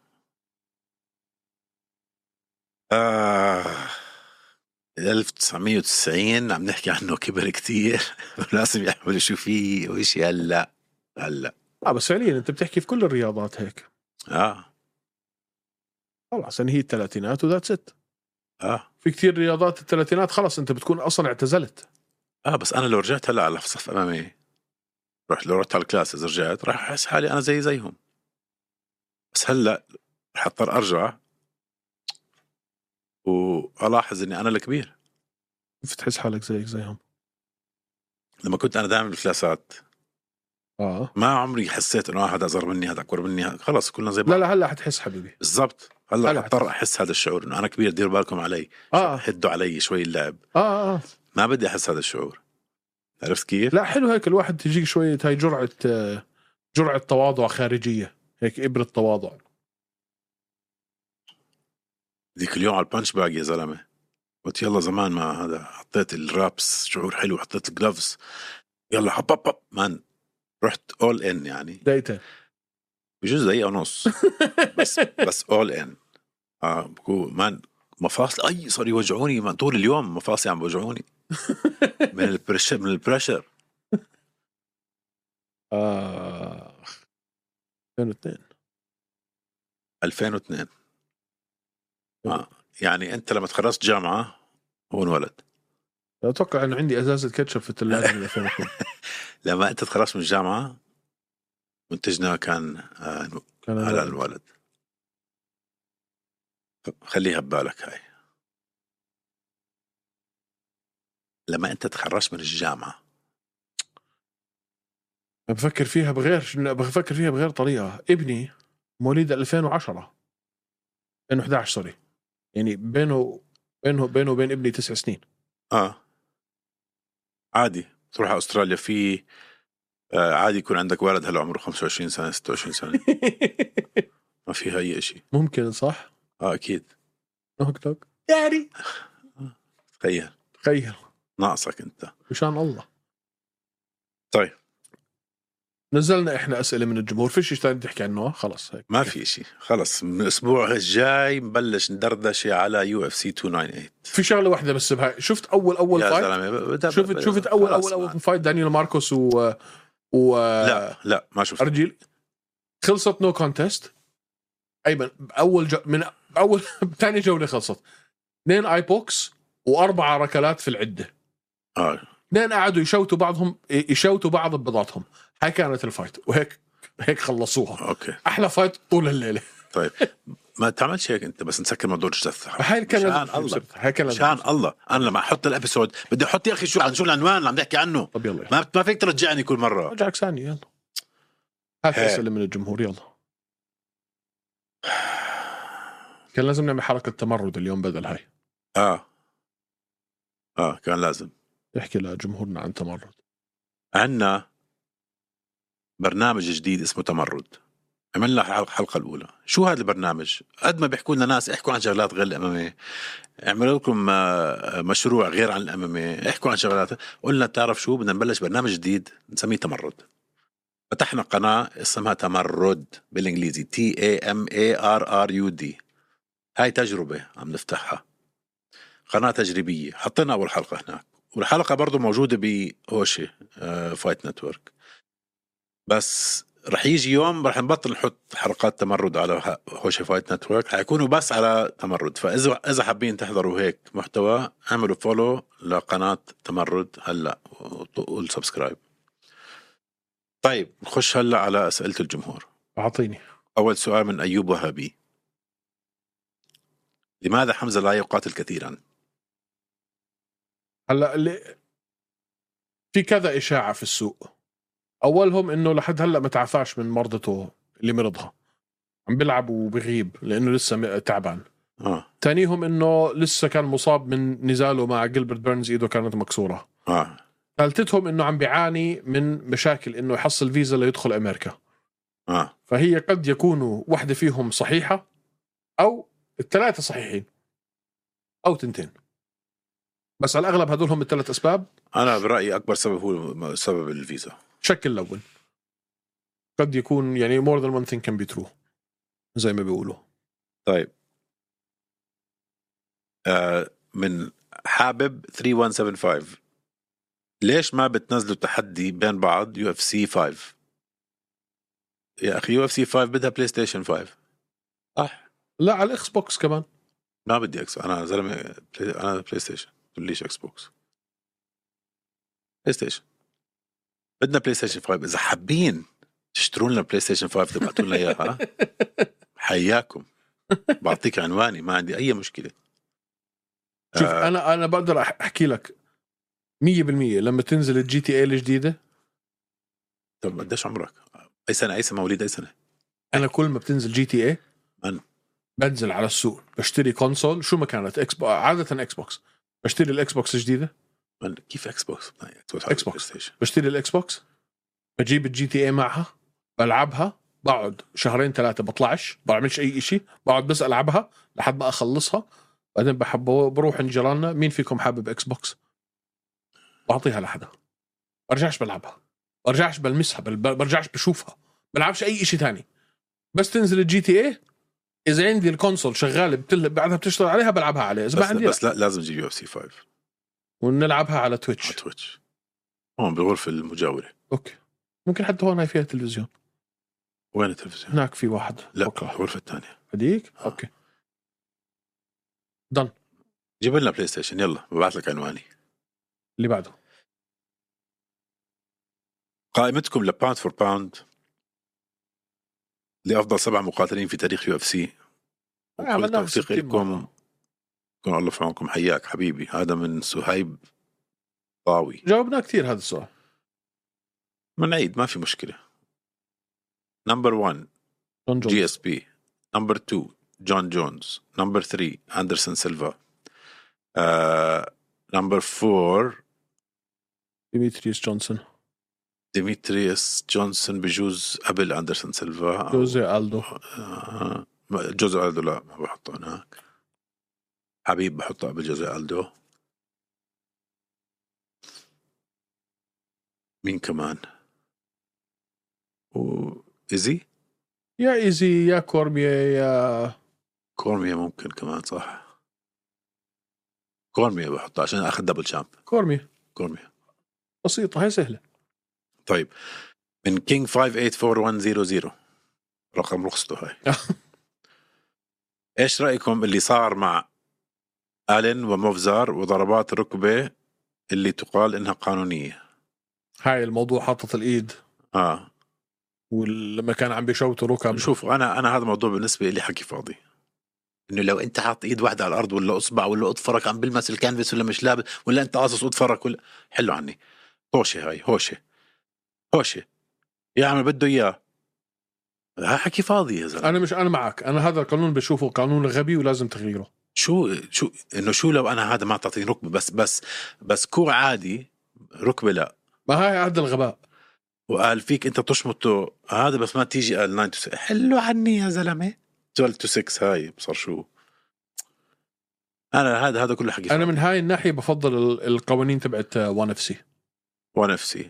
آه. ألف وتسعمية وتسعين عم نحكي عنه كبر كتير. ولازم يعملوا شو فيه وإشي هلا هلا. اه بس فعليا انت بتحكي في كل الرياضات هيك. اه خلاص هي الثلاثينات وذات ست. اه في كتير رياضات الثلاثينات خلاص انت بتكون اصلا اعتزلت. اه بس انا لو رجعت هلا على صف امامي، رحت لو رحت على الكلاس اذا رجعت راح احس حالي انا زي زيهم. بس هلا رح اضطر ارجع والاحظ اني انا الكبير. كيف تحس حالك زيك زيهم؟ لما كنت انا دائما بالكلاسات اه ما عمري حسيت انه هذا اصغر مني هذا اكبر مني هذا. خلص كلنا زي بعض. لا لا هلا حتحس حبيبي بالضبط. هلا هلا اضطر احس هذا الشعور انه انا كبير ديروا بالكم علي. اه هدوا علي شوي اللعب. اه اه ما بدي احس هذا الشعور. عرفت كيف؟ لا حلو هيك الواحد تجيك شوية هاي جرعة جرعة تواضع خارجية هيك إبرة تواضع. ذيك اليوم على البانش باج يا زلمة قلت يلا زمان ما هذا حطيت الرابس شعور حلو حطيت الجلوفز يلا حب حب مان رحت اول ان يعني دايتا بجوز دقيقة ونص بس بس اول ان اه بقول مان مفاصل اي صار يوجعوني مان طول اليوم مفاصلي عم بوجعوني من البريشر من البريشر. آه ألفين واثنين ألفين واثنين اه يعني انت لما تخلصت جامعة هو انولد. أتوقع أنه عندي أزازة كاتشب في الثلاجة من ألفين واثنين. لما انت تخلصت من الجامعة منتجنا كان آه كان على الولد. خليها ببالك هاي. لما انت تخرجت من الجامعة بفكر فيها بغير بفكر فيها بغير طريقة. ابني مواليد ألفين وعشرة ألفين وإحدى عشر سوري يعني بينه بينه بينه وبين ابني تسع سنين. اه عادي تروح على استراليا في آه عادي يكون عندك ولد هلا عمره خمسة وعشرين سنة ستة وعشرين سنة. ما فيها اي شيء. ممكن صح اه اكيد. نوك توك يعني تخيل تخيل ناقصك انت مشان الله. طيب نزلنا احنا اسئله من الجمهور، فيش شيء ثاني تحكي عنه خلص هيك. ما في شيء خلص. من الاسبوع الجاي نبلش ندردش على يو اف سي مئتين وتسعة وثمانين. في شغله واحده بس بهاي، شفت اول اول فايت؟ شفت شفت اول اول اول فايت دانيال ماركوس و و لا لا ما شفت. ارجيل خلصت نو كونتست. ايمن اول جو... من اول ثاني جوله خلصت اثنين اي بوكس واربعه ركلات في العده. اه اثنين قعدوا يشوتوا بعضهم يشوتوا بعض ببضاتهم. هاي كانت الفايت وهيك هيك خلصوها. اوكي احلى فايت طول الليله. طيب ما تعملش هيك انت، بس نسكر موضوع الجثه. هاي كان شان الله هاي كان شان الله. انا لما احط الابيسود بدي احط يا اخي شو عن شو العنوان اللي عم نحكي عنه. طب يلا ما ما فيك ترجعني كل مره. رجعك ثاني يلا. هات اسئله من الجمهور يلا. كان لازم نعمل حركه تمرد اليوم بدل هاي. اه اه كان لازم نحكي لجمهورنا عن تمرد. عنا برنامج جديد اسمه تمرد، عملنا الحلقة الأولى. شو هذا البرنامج؟ قد ما بيحكوا لنا ناس احكوا عن شغلات غير الأمامية، اعملوا لكم مشروع غير عن الأمامية، احكوا عن شغلات. قلنا بتعرف شو، بدنا نبلش برنامج جديد نسميه تمرد. فتحنا قناة اسمها تمرد بالإنجليزي تي اي ام اي ار ار يو دي. هاي تجربة عم نفتحها، قناة تجريبية. حطينا أول حلقة هناك، والحلقة برضو موجودة بهوشي فايت نتورك. بس رح يجي يوم رح نبطل نحط حلقات تمرد على هوشي فايت نتورك، حيكونوا بس على تمرد. فإذا إذا حابين تحضروا هيك محتوى اعملوا فولو لقناة تمرد هلا والسبسكرايب. طيب نخش هلا على أسئلة الجمهور. أعطيني أول سؤال من أيوب وهابي: لماذا حمزة لا يقاتل كثيرا؟ هلا اللي في كذا إشاعة في السوق. أولهم إنه لحد هلا ما تعافاش من مرضته اللي مرضها، عم بيلعب وبغيب لأنه لسه تعبان. آه. تانيهم إنه لسه كان مصاب من نزاله مع جيلبرت بيرنز، إيده كانت مكسورة. آه. ثالثتهم إنه عم بيعاني من مشاكل إنه يحصل فيزا ليدخل أمريكا. آه. فهي قد يكونوا واحدة فيهم صحيحة أو الثلاثة صحيحين أو تنتين، بس على الأغلب هذول هم الثلاث أسباب. أنا برأيي أكبر سبب هو سبب الفيزا. شكل الأول قد يكون يعني more than one thing can be true زي ما بيقولوا. طيب آه من حابب ثلاثة واحد سبعة خمسة: ليش ما بتنزلوا تحدي بين بعض يو اف سي خمسة؟ يا أخي يو اف سي خمسة بدها بلاي ستيشن خمسة. صح. لا على الإكس بوكس كمان. ما بدي اكس، انا زلمه بلاي... انا بلاي ستيشن، تقوليش اكس بوكس. بلاي ستيشن بدنا بلاي ستيشن خمسة. اذا حابين تشترون لنا بلاي ستيشن خمسة تبعتوا لنا اياها حياكم، بعطيك عنواني، ما عندي اي مشكله. شوف آه. انا انا بقدر احكي لك مية بالمية لما تنزل الجي تي اي الجديده. طب قديش عمرك؟ اي سنه اي سنه مواليد اي سنه؟ انا كل ما بتنزل جي تي اي من بنزل على السوق بشتري كونسول، شو ما كانت اكس بو... عاده اكس بوكس، بشتري الاكس بوكس الجديده. من كيف اكس بوكس؟ اكس بوكس بشتري الاكس بوكس، بجيب الجي تي اي معها، بلعبها، بقعد شهرين ثلاثه بطلعش بعملش اي شيء، بقعد بس العبها لحد ما اخلصها. بعدين بحب بروح عند جيراننا، مين فيكم حابب اكس بوكس؟ بعطيها لحدا، برجعش بلعبها، برجعش بلمسها، برجعش بشوفها، بلعبش اي شيء تاني. بس تنزل الجي تي اي، اذا عندي الكونسول شغاله بتل... بعدها بتشتغل عليها بلعبها عليها، اذا ما عندي بس لا لازم نجيب يو اف سي خمسة ونلعبها على تويتش. على تويتش هون بالغرفه المجاوره. اوكي ممكن حتى هون هاي فيها تلفزيون. وين التلفزيون؟ هناك في واحد. لا أوكي. الغرفه الثانيه هديك. آه. اوكي دن جيب لنا بلاي ستيشن يلا، ببعث لك عنواني. اللي بعده قائمتكم لباوند فور باوند لأفضل سبع مقاتلين في تاريخ يو اف سي. وكل توثيق لكم، كون الله في عونكم. حياك حبيبي. هذا من سهيب طاوي. جاوبنا كثير هذا السؤال، منعيد ما في مشكلة. نمبر واحد جي اس بي، نمبر اثنين جون جونز، نمبر ثلاثة أندرسون سيلفا، نمبر أربعة ديميتريوس جونسون. ديميتريوس جونسون بجوز قبل أندرسون سيلفا. جوزي ألدو. آه جوزي ألدو لا ما بحطه هناك. حبيب بحطه قبل جوزي ألدو. مين كمان؟ وإيزي يا ايزي يا كورميا يا كورميا ممكن كمان صح. كورميا بحط عشان أخذ دبل شامب. كورميا كورميا بسيطة، هاي سهلة. طيب من كينج خمسة ثمانية أربعة واحد صفر صفر رقم رخصته هاي. إيش رأيكم اللي صار مع آلين وموفزار وضربات الركبة اللي تقال إنها قانونية؟ هاي الموضوع حاطط الإيد آه ولما كان عم بيشوت ركب. شوف أنا أنا هذا الموضوع بالنسبة لي حكي فاضي. إنه لو أنت حاط إيد واحدة على الأرض ولا أصبع ولا أطفرك عم بلمس الكانفاس ولا مش لابس ولا أنت قاصص أطفرك ولا حلو عني هوشة. هاي هوشة هوشة يعمل بده إياه. ها حكي فاضي يا زلمة. أنا مش أنا معك، أنا هذا القانون بشوفه قانون غبي ولازم تغييره. شو شو إنه شو لو أنا هذا ما تعطيني ركبة بس بس بس كوع عادي ركبة لا. ما هاي هذا الغباء. وقال فيك أنت تشمطه هذا بس ما تيجي قال تسعة تو ستة. حلو عني يا زلمة اثناشر تو ستة. هاي بصر شو أنا هذا هذا كله حكي فاضي. أنا من هاي الناحية بفضل ال- القوانين تبعت وان اف سي. ونفسي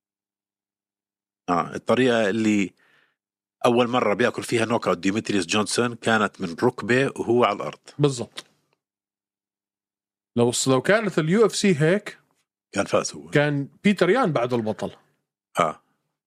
آه الطريقة اللي أول مرة بيأكل فيها نوك أوت ديمتريوس جونسون كانت من ركبة وهو على الأرض. بالضبط. لو لو كانت اليو اف سي هيك كان فاز هو. كان بيتر يان بعده البطل. آه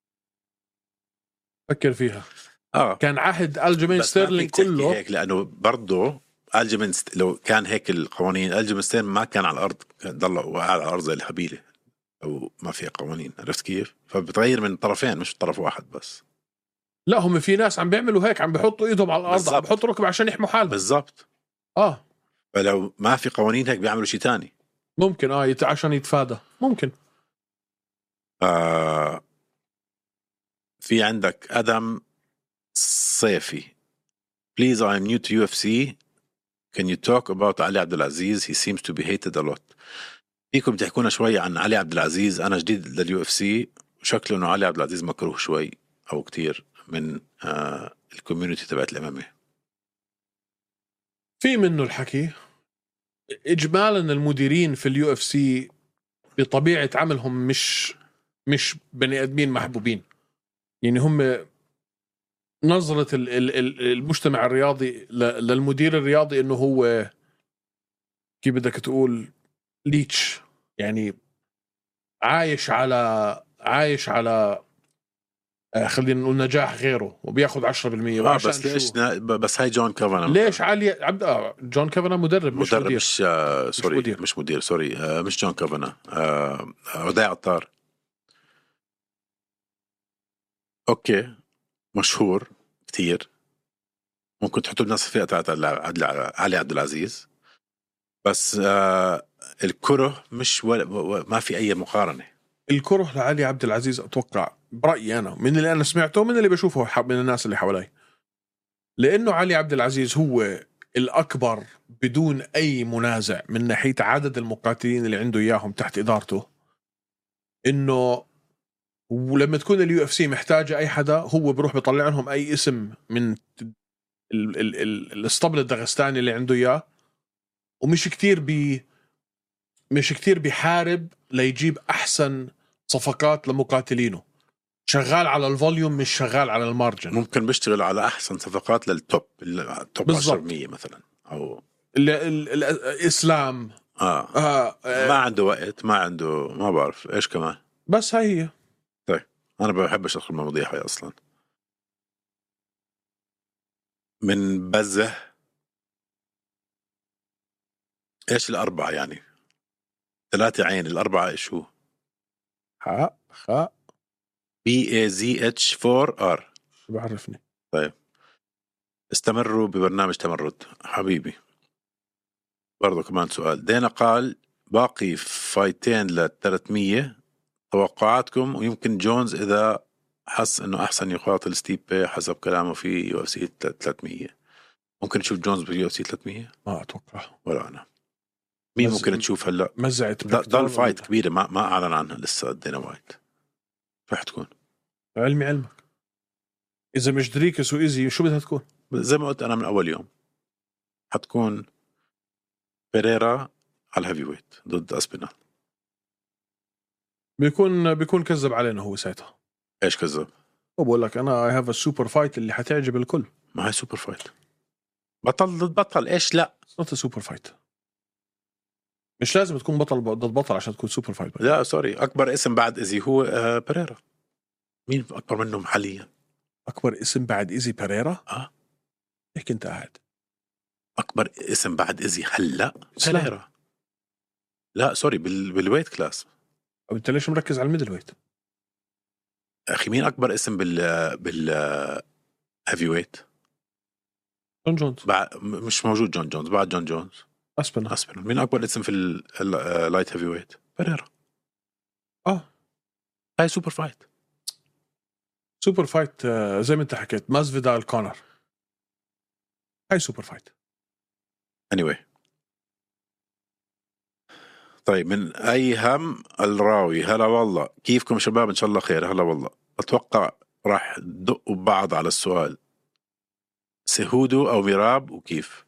فكر فيها. آه كان عهد الجيمين ستيرلينج كله هيك لأنه برضه الجيمين ست... لو كان هيك القوانين الجيمين ستيرلينج ما كان على الأرض، كان ضل وقاعد على الأرض زي الحبيلة أو ما فيها قوانين. عرفت كيف؟ فبتغير من طرفين مش طرف واحد بس. لا هم في ناس عم بيعملوا هيك، عم بيحطوا ايدهم على الارض، بالزبط. عم بيحطوا ركب عشان يحموا حالهم. بالضبط. اه فلو ما في قوانين هيك بيعملوا شيء تاني ممكن اه يت... عشان يتفادى ممكن. آه في عندك أدم صيفي Please I am new to يو إف سي Can you talk about علي عبد العزيز He seems to be hated a lot. فيكم تحكونا شوي عن علي عبد العزيز. أنا جديد لليو إف سي وشكله إنه علي عبد العزيز مكروه شوي أو كتير من آه الكوميونتي تبعت الأمامي. في منه الحكي إجمالا المديرين في اليو اف سي بطبيعة عملهم مش مش بني آدمين محبوبين. يعني هم نظرة ال- ال- ال- المجتمع الرياضي ل- للمدير الرياضي إنه هو كيف بدك تقول ليتش، يعني عايش على عايش على آه، خلينا نقول نجاح غيره وبياخد عشرة بالمية. آه وعشان بس ليش شو؟ نا... بس هاي جون كافانا ليش علي عبد آه جون كافانا مدرب مش مدرب مدير. مش آه سوري مش مدير, مش مدير سوري آه مش جون كافانا آه وداع عطار. أوكي مشهور كتير ممكن تحطوا بنفس الفئة تاعت علي عبد العزيز بس آه الكره مش ولا ما في أي مقارنة. الكره لعلي عبد العزيز أتوقع برأيي أنا من اللي أنا سمعته من اللي بشوفه من الناس اللي حوالي، لأنه علي عبد العزيز هو الأكبر بدون أي منازع من ناحية عدد المقاتلين اللي عنده إياهم تحت إدارته. إنه ولما تكون اليو اف سي محتاجة أي حدا هو بروح بيطلع لهم أي اسم من ال ال ال الاسطبل الدغستاني اللي عنده إياه، ومش كتير بي مش كتير بيحارب ليجيب أحسن صفقات لمقاتلينه. شغال على الفوليوم مش شغال على المارجن. ممكن بيشتغل على أحسن صفقات للتوب التوب عشرة بالمية مثلا أو ال ال الإسلام آه. آه آه ما عنده وقت ما عنده ما بعرف إيش كمان. بس هاي هي. طيب أنا بحبش أدخل مواضيع هاي أصلا. من بزه إيش الأربعة يعني ثلاثة عين الأربعة شو؟ حاء خاء بي اي زي اتش فور ار. شو بعرفني. طيب استمروا ببرنامج تمرد حبيبي. برضو كمان سؤال دينا قال باقي فايتين للثلاثمية توقعاتكم ويمكن جونز إذا حس إنه أحسن يقاتل ستيبي حسب كلامه في يو اف سي ثلاثمية. ممكن نشوف جونز باليو اف سي ثلاثمية ما أتوقع ولا أنا. مين مز... ممكن تشوف هلا مزعت ضل فايت كبيرة ما ما أعلن عنها لسه دينا وايت. رح تكون علمي علمك إذا مش دريكس وإيزي شو بدها تكون؟ زي ما قلت أنا من أول يوم حتكون بيريرا على الهيفي ويت ضد أسبينال. بيكون بيكون كذب علينا هو ساعتها. إيش كذب؟ وبقول لك انا اي هاف ا سوبر فايت اللي حتعجب الكل. ما هي سوبر فايت، بطل ضد بطل، ايش لا نوت سوبر فايت. مش لازم تكون بطل ضد بطل عشان تكون سوبر فايت. لا سوري، اكبر اسم بعد ايزي هو آه بيريرا. مين اكبر منهم حاليا؟ اكبر اسم بعد ايزي بيريرا؟ اه هيك انت قاعد. اكبر اسم بعد ايزي هلا إسلام. بيريرا. لا سوري، بال... بالويت كلاس. او انت ليش مركز على الميدل ويت؟ اخي مين اكبر اسم بال بال هيفي ويت؟ جون جونز. بعد مش موجود جون جونز، بعد جون جونز اسبنا. اسبن. مين اكبر اسم في اللايت هيفي ويت؟ بيريرا. اه هاي سوبر فايت. سوبر فايت آه زي ما انت حكيت ماسفيدال كونر. هاي سوبر فايت. anyway طيب، من اي هم الراوي، هلا والله، كيفكم شباب؟ ان شاء الله خير. هلا والله. اتوقع راح تدقوا ببعض على السؤال، سهودو او ميراب وكيف؟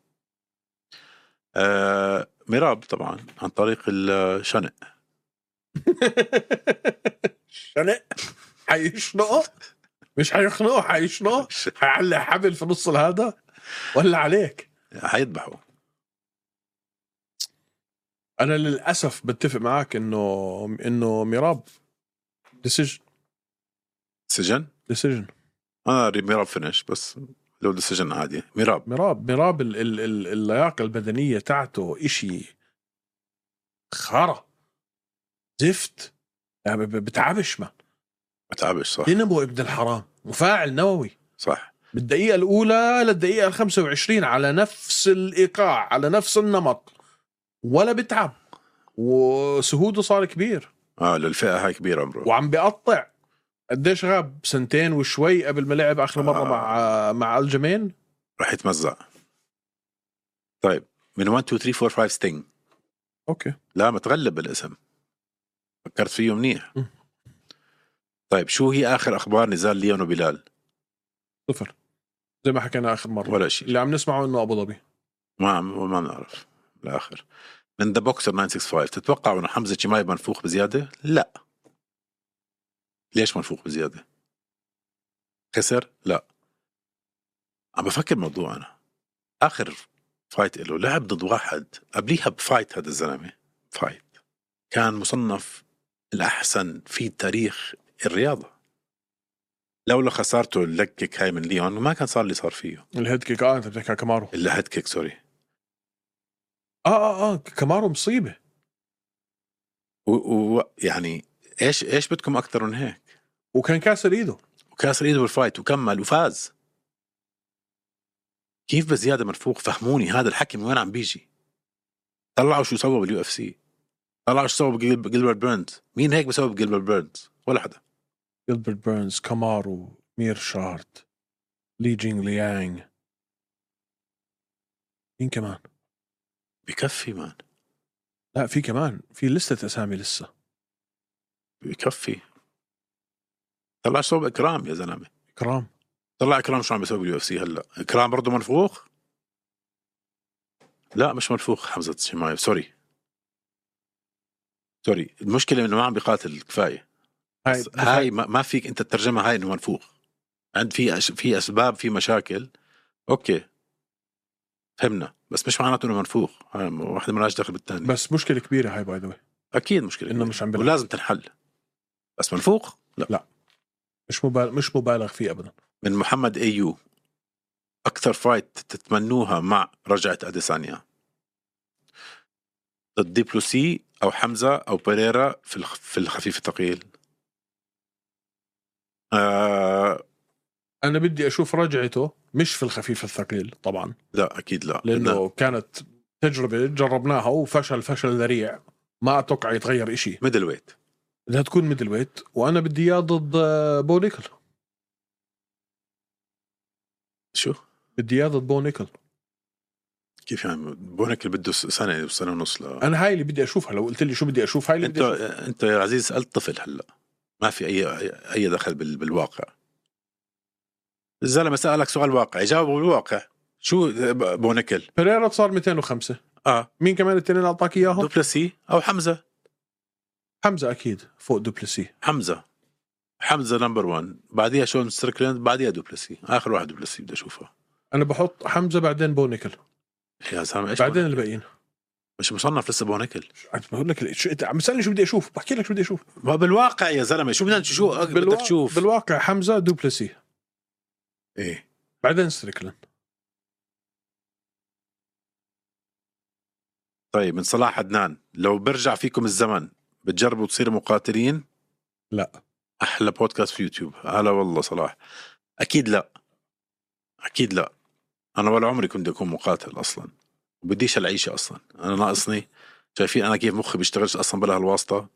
آه ميراب طبعا عن طريق الشنق. شنق. حيشنقه؟ مش حيخنقه، حيشنقه، حيعلق حبل في نص هذا ولا عليك حيذبحوا. انا للاسف بتفق معك انه انه ميراب ديسيجن. سجن؟ ديسيجن. انا ميراب فينش، بس لو ديسيجن عادي. ميراب ميراب ميراب ال ال ال اللياقه البدنيه تاعته إشي خارة زفت يعني، بتعبش ما متعبش صح. دينامو ابن الحرام، مفاعل نووي صح. بالدقيقه الاولى للدقيقه الخمسة وعشرين على نفس الايقاع، على نفس النمط، ولا بتعب. وسهوده صار كبير اه للفئه هاي كبيره عمره، وعم بيقطع. قديش غاب؟ سنتين وشوي قبل ما لعب اخر مره آه. مع مع الجمين. راح يتمزع. طيب من واحد اثنين ثلاثة أربعة خمسة ستينج. اوكي لا متغلب بالاسم، فكرت فيه منيح. م. طيب شو هي اخر اخبار نزال ليون وبلال؟ صفر، زي ما حكينا اخر مره. ولا شيء. اللي عم نسمعه انه ابو ظبي. ما ما بنعرف الاخر. من ذا بوكسر تسعمية وخمسة وستين، تتوقع انه حمزه شمايف منفوخ بزياده؟ لا. ليش منفوخ بزياده؟ خسر؟ لا. عم بفكر موضوع، انا اخر فايت له لعب ضد واحد قبليها بفايت، هذا الزلمه فايت كان مصنف الاحسن في تاريخ الرياضه. لولا خسارته اللكك هاي من ليون ما كان صار اللي صار فيه. الهيد كيك اه انت بتحكي كامارو. اللي هيد كيك سوري. اه اه اه كامارو مصيبه. ويعني ايش ايش بدكم اكثر من هيك؟ وكان كاسر ايده. وكاسر ايده بالفايت وكمل وفاز. كيف بزياده منفوخ؟ فهموني هذا الحكي من وين عم بيجي؟ طلعوا شو سووا باليو اف سي، طلعوا شو سووا بجيلبرت بيرنز. مين هيك بسوي بجيلبرت بيرنز؟ ولا حدا. جيلبرت بيرنز، كامارو، مير شارت، لي جينغ ليانغ، مين كمان؟ بكفي مان، لا في كمان، في لستة اسامي لسه. بكفي. طلع شو سووا اكرام يا زلمه. اكرام. طلع اكرام شو عم بيسوي باليو اف سي هلا؟ اكرام برضه منفوخ؟ لا مش منفوخ حمزه شمايف، سوري سوري. المشكله انه ما عم بيقاتل كفايه. هاي هاي ما, ما فيك انت تترجمها هاي انه منفوخ. عند في أش... في اسباب، في مشاكل، اوكي فهمنا، بس مش معناته انه منفوخ. هاي واحده مالهاش دخل بالثانيه. بس مشكله كبيره هاي باي ذا واي. اكيد مشكله انه مش عم بيلعب. ولازم تنحل. بس منفوخ لا, لا. مش مبالغ مش مبالغ فيه ابدا. من محمد ايو، اكثر فايت تتمنوها مع رجعه اديسانيا؟ ضد ديبلوسي او حمزه او بيريرا في الخ... في الخفيف الثقيل؟ آه... انا بدي اشوف رجعته مش في الخفيف الثقيل طبعا. لا اكيد لا، لانه بدنا... كانت تجربه جربناها وفشل فشل ذريع، ما اتوقع يتغير إشي. ميدل ويت. بدها تكون ميدل ويت، وانا بدي اياه ضد بو نيكل. شو بدي اياه ضد بو نيكل. كيف يعني؟ بونك اللي بده سنه وسنه ونص. لا انا هاي اللي بدي اشوفها. لو قلت لي شو بدي اشوف، هاي اللي انت بدي أشوفها. انت يا عزيز سألت طفل هلا، ما في اي اي دخل بال... بالواقع. الزلمه سألك سؤال واقعي جاوبه بالواقع. شو بونكل؟ بيريرا صار مئتين وخمسة. اه مين كمان التنين اللي اعطاك اياهم؟ دوبلسي او حمزه. حمزه اكيد فوق دوبلسي. حمزه حمزة نمبر واحد، بعديها شون ستريكلاند، بعديها دوبلسي، آخر واحد دوبلسي بدي أشوفه. أنا بحط حمزة بعدين بونيكل يا زلمة إيش بعدين بونيكل؟ الباقيين مش مصنف لسه بونيكل. بقول لك شو أنت عم تسألني شو بدي أشوف، بحكي لك شو بدي أشوف. ما بالواقع يا زلمة شو بدنا شو بالوا... بدك تشوف؟ بالواقع حمزة دوبلسي إيه بعدين ستريكلاند. طيب من صلاح عدنان، لو برجع فيكم الزمن بتجربوا تصيروا مقاتلين؟ لا. أحلى بودكاست في يوتيوب. هلا والله صلاح. أكيد لا، أكيد لا. أنا ولا عمري كنت أكون مقاتل أصلا، وبديش العيشة أصلا. أنا ناقصني، شايفين أنا كيف مخي بيشتغلش أصلا بلا هالواسطة.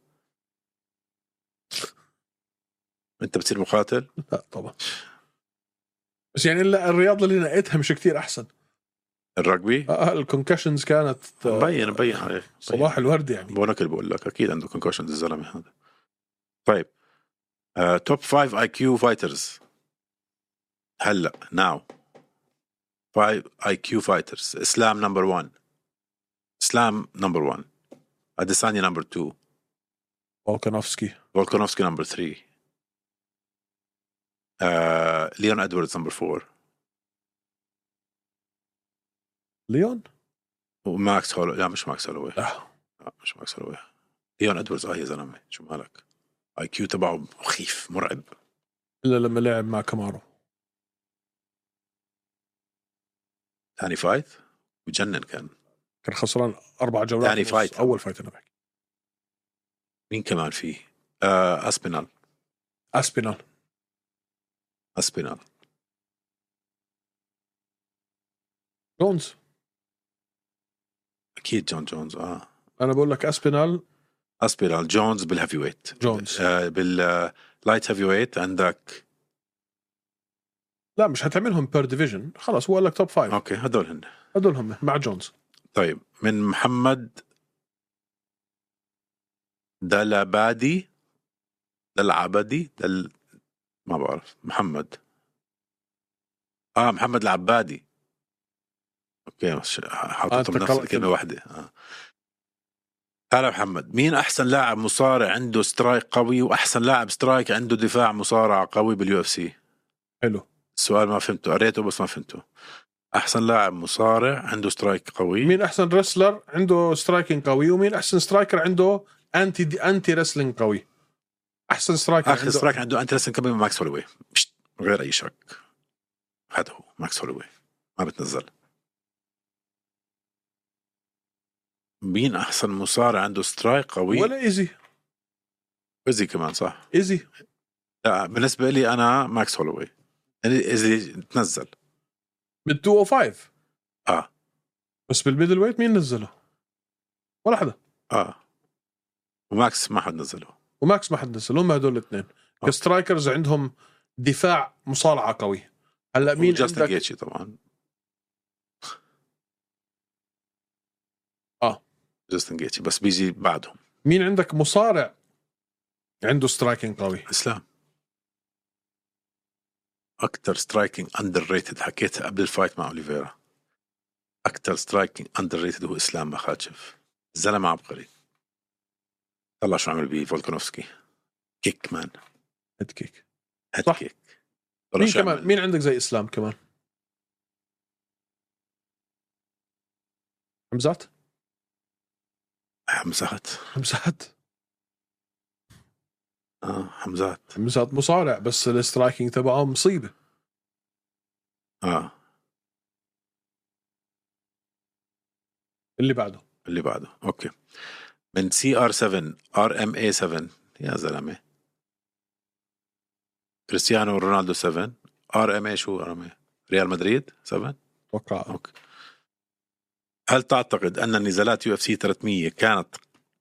أنت بتصير مقاتل؟ لا طبعا، بس يعني لا، الرياضة اللي نقيتها مش كتير أحسن. الرجبي آه الكونكشنز كانت مبين مبين عليه صباح الورد يعني. بونكل بقول لك أكيد عنده كونكشنز الزلمة هذا. طيب توب فايف اي كيو فايترز هلا ناو. فايف اي كيو فايترز. اسلام نمبر واحد، اسلام نمبر واحد، اديسانيا نمبر اثنين، فولكانوفسكي فولكانوفسكي نمبر ثلاثة، آه، ليون ادواردز نمبر أربعة، ليون وماكس هولو. لا مش ماكس هولوي، لا. لا مش ماكس هولوي. ليون ادواردز. اه يا زلمه شو مالك، اي كيو تبعه مخيف مرعب. إلا لما لعب مع كامارو ثاني فايت بجنن، كان كان خسران أربع جولات. ثاني فايت أول فايت أنا بحكي. مين كمان فيه؟ آه اسبينال أسبينال اسبينال جونز. اكيد جون جونز. اه أنا بقول لك أسبينال اسبينال جونز بالهيفي ويت. جونز آه باللايت هيفي ويت عندك. لا مش هتعملهم بير ديفيجن، خلاص هو قال لك توب فايف. اوكي هدول هن هدول هم مع جونز. طيب من محمد دلبادي دلعبدي دل ما بعرف محمد. اه محمد العبادي. اوكي مش حاطط بنفس الكلمه واحده. اه هلا محمد، مين احسن لاعب مصارع عنده سترايك قوي واحسن لاعب سترايك عنده دفاع مصارع قوي باليو اف سي؟ حلو السؤال ما فهمته، قريته بس ما فهمته. احسن لاعب مصارع عنده سترايك قوي، مين احسن رسلر عنده سترايكنج قوي، ومين احسن سترايكر عنده انتي دي انتي رسلينج قوي. احسن سترايكر اخر سترايك عنده انت رسلينج قوي ماكس هولوي غير اي شك. هذا هو ماكس هولوي ما بتنزل. مين احسن مصارع عنده سترايك قوي؟ ولا ايزي. ايزي كمان صح. ايزي. لا بالنسبه لي انا ماكس هولوي ايزي تنزل بال مئتين وخمسة. اه بس بالميدل ويت مين نزله؟ ولا حدا. اه وماكس ما حد نزله، وماكس ما حد نزله. هم هدول الاثنين كسترايكرز عندهم دفاع مصارعه قوي. هلا مين جاستن عندك؟ جيتشي طبعا. اه جاستن جيتشي بس بيجي بعدهم. مين عندك مصارع عنده سترايكنج قوي؟ اسلام. اكثر سترايكنج اندر ريتد حكيتها قبل الفايت مع اوليفيرا. اكثر سترايكنج اندر ريتد هو اسلام مخاتشف. زلمه عبقري. طلع شو عمل بيه فولكانوفسكي. كيك مان هيد كيك. هيد صح. كيك. مين كمان عمل. مين عندك زي اسلام كمان؟ حمزات. حمزات حمزات اه حمزات حمزات مصارع بس السترايكنج تبعه مصيبه. اه اللي بعده اللي بعده اوكي. من سي ار سبعة ار ام اي سبعة يا زلمه. كريستيانو رونالدو سبعة ار ام اي. شو ار ام اي؟ ريال مدريد سبعة اتوقع. اوكي. هل تعتقد ان نزالات يو اف سي ثلاثمية كانت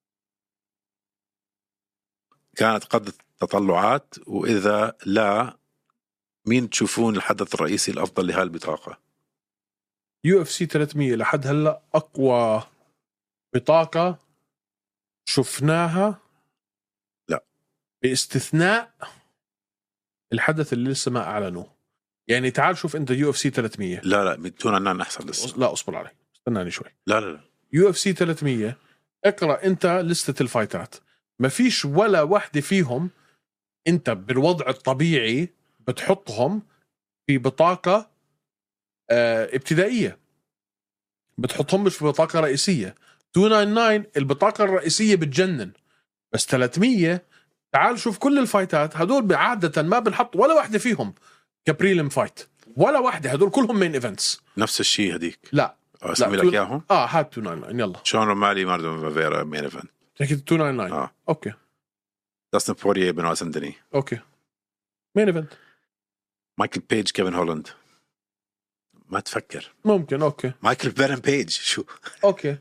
كانت قد التطلعات؟ واذا لا مين تشوفون الحدث الرئيسي الافضل لهالبطاقه؟ يو اف سي ثلاثمية لحد هلا اقوى بطاقه شفناها. لا باستثناء الحدث اللي لسه ما اعلنوه. يعني تعال شوف انت يو اف سي ثلاثمية. لا لا بدون ان نحسب لسه. لا اصبر علي استناني شوي. لا لا لا يو اف سي ثلاثمية اقرا انت لستة الفايتات، ما فيش ولا واحدة فيهم انت بالوضع الطبيعي بتحطهم في بطاقة اه ابتدائية، بتحطهم مش في بطاقة رئيسية. مئتين وتسعة وتسعين البطاقة الرئيسية بتجنن، بس ثلاثمية تعال شوف كل الفايتات هدول بعادة ما بنحط ولا واحدة فيهم كبريلم فايت، ولا واحدة، هدول كلهم مين ايفنتس. نفس الشيء هديك. لا اسمي لا لك اياهم. اه هات مئتين وتسعة وتسعين يلا. شون رومالي ماردون فيرا مين ايفنت. حكيت مئتين وتسعة وتسعين اه اوكي. داستن بوريه بنو سندني اوكي مين ايفنت. مايكل بيج كيفن هولاند. ما تفكر ممكن اوكي. مايكل بيرن بيج شو. اوكي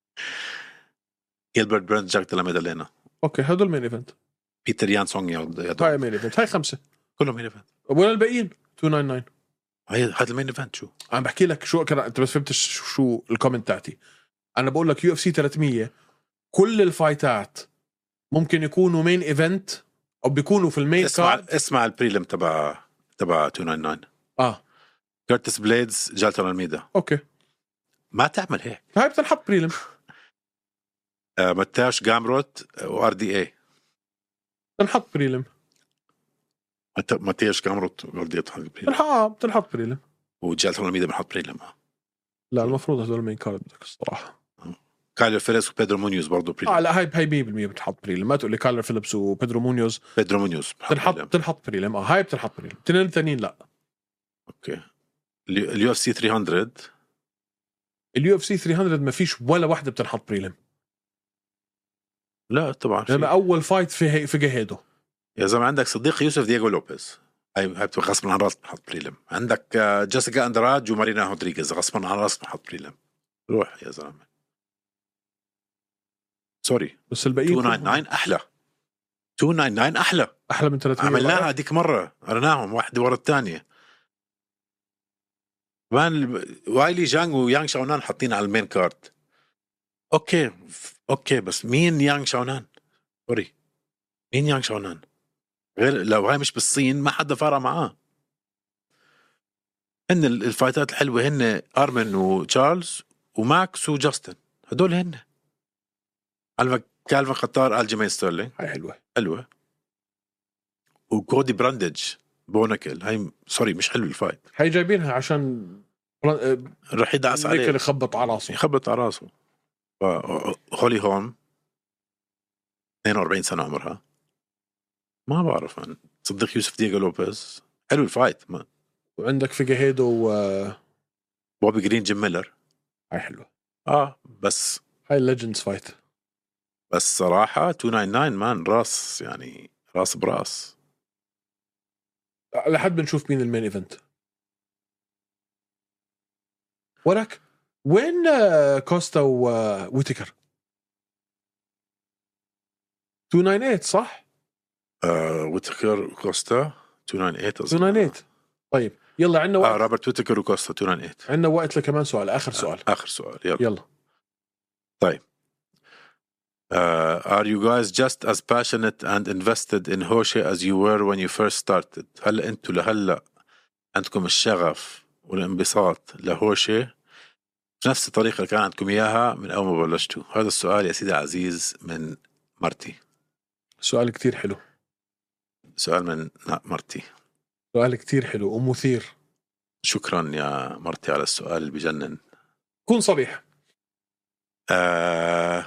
جيلبرت برنز جاك تلاميدالينا. اوكي هدول مين ايفنت. بيتر يان سونغ يا هاي مين ايفنت، هاي خمسة كلهم مين ايفنت. ولا الباقيين مئتين وتسعة وتسعين. هاي هذا المين ايفنت. شو عم بحكي لك شو كان انت بس فهمتش شو, شو الكومنت تاعتي. انا بقول لك يو اف سي ثلاثمية كل الفايتات ممكن يكونوا مين ايفنت او بيكونوا في المين اسمع كارد. اسمع البريلم تبع تبع مئتين وتسعة وتسعين. اه كورتس بليدز جالتون الميدا. اوكي ما تعمل هيك. هاي بتنحط بريلم. آه متاش جامروت وار دي اي بتنحط بريلم. مت... متاش جامروت وار دي اي بتنحط اه بتنحط بريلم. وجالتون الميدا بنحط بريلم. لا المفروض هذول المين كارد بدك الصراحه. كايلر فيريس وبيدرو مونيوز برضه بريلم. اه لا هاي هاي مية بالمية بتحط بريلم. ما تقول لي كايلر فيليبس وبيدرو مونيوز. بيدرو مونيوز بتنحط بتنحط بريلم. اه هاي بتنحط بريلم. اثنين الثانيين لا. اوكي. اليو اف سي ثلاثمية. اليو اف سي ثلاثمية ما فيش ولا واحده بتنحط بريلم. لا طبعا لما اول فايت في في جهيدو يا زلمه عندك صديق يوسف دييغو لوبيز. هاي هاي غصبا عن راس بنحط بريلم. عندك جيسيكا اندراج ومارينا رودريغيز غصبا عن راس بنحط بريلم. روح يا زلمه سوري. بس الباقيين مئتين وتسعة وتسعين احلى. مئتين وتسعة وتسعين احلى احلى من ثلاثمية. عملناها هذيك مره قرناهم واحده ورا الثانيه. كمان وايلي جانغ ويانغ شاونان حاطين على المين كارد. اوكي اوكي بس مين يانغ شاونان؟ سوري مين يانغ شاونان؟ غير لو هاي مش بالصين ما حدا فارق معاه. هن الفايتات الحلوه هن ارمن وتشارلز وماكس وجاستن. هدول هن على كالفن خطار الجيمين ستيرلينج. هاي حلوه حلوه. وكودي براندج بونكل. هاي سوري مش حلو الفايت. هاي جايبينها عشان رح يدعس عليه. اللي يخبط على راسه. يخبط على راسه. هولي هولم اثنين وأربعين سنه عمرها. ما بعرف من صدق يوسف دييغو لوبيز حلو الفايت. ما. وعندك فيجاهيدو و بوبي جرين جيم ميلر. هاي حلوه. اه بس هاي الليجندز فايت. بس صراحه مئتين وتسعة وتسعين مان راس يعني راس براس. لحد بنشوف مين المين ايفنت. ولك وين كوستا وويتكر. مئتين وثمانية وتسعين صح. آه ويتكر وكوستا مئتين وثمانية وثمانين. مئتين وثمانية وتسعين طيب يلا عندنا وقت. آه روبرت ويتكر وكوستا مئتين وثمانية وثمانين. عندنا وقت لكمان سؤال. اخر سؤال. آه اخر سؤال يلا. يلا. طيب uh, are you guys just as passionate and invested in هوشي as you were when you first started؟ هل انتوا لهلا عندكم الشغف والانبساط لهوشي بنفس الطريقة اللي كان عندكم إياها من أول ما بلشتوا؟ هذا السؤال يا سيدي العزيز من مرتي. سؤال كتير حلو. سؤال من مرتي. سؤال كتير حلو ومثير. شكرا يا مرتي على السؤال اللي بجنن. كون صريح. آه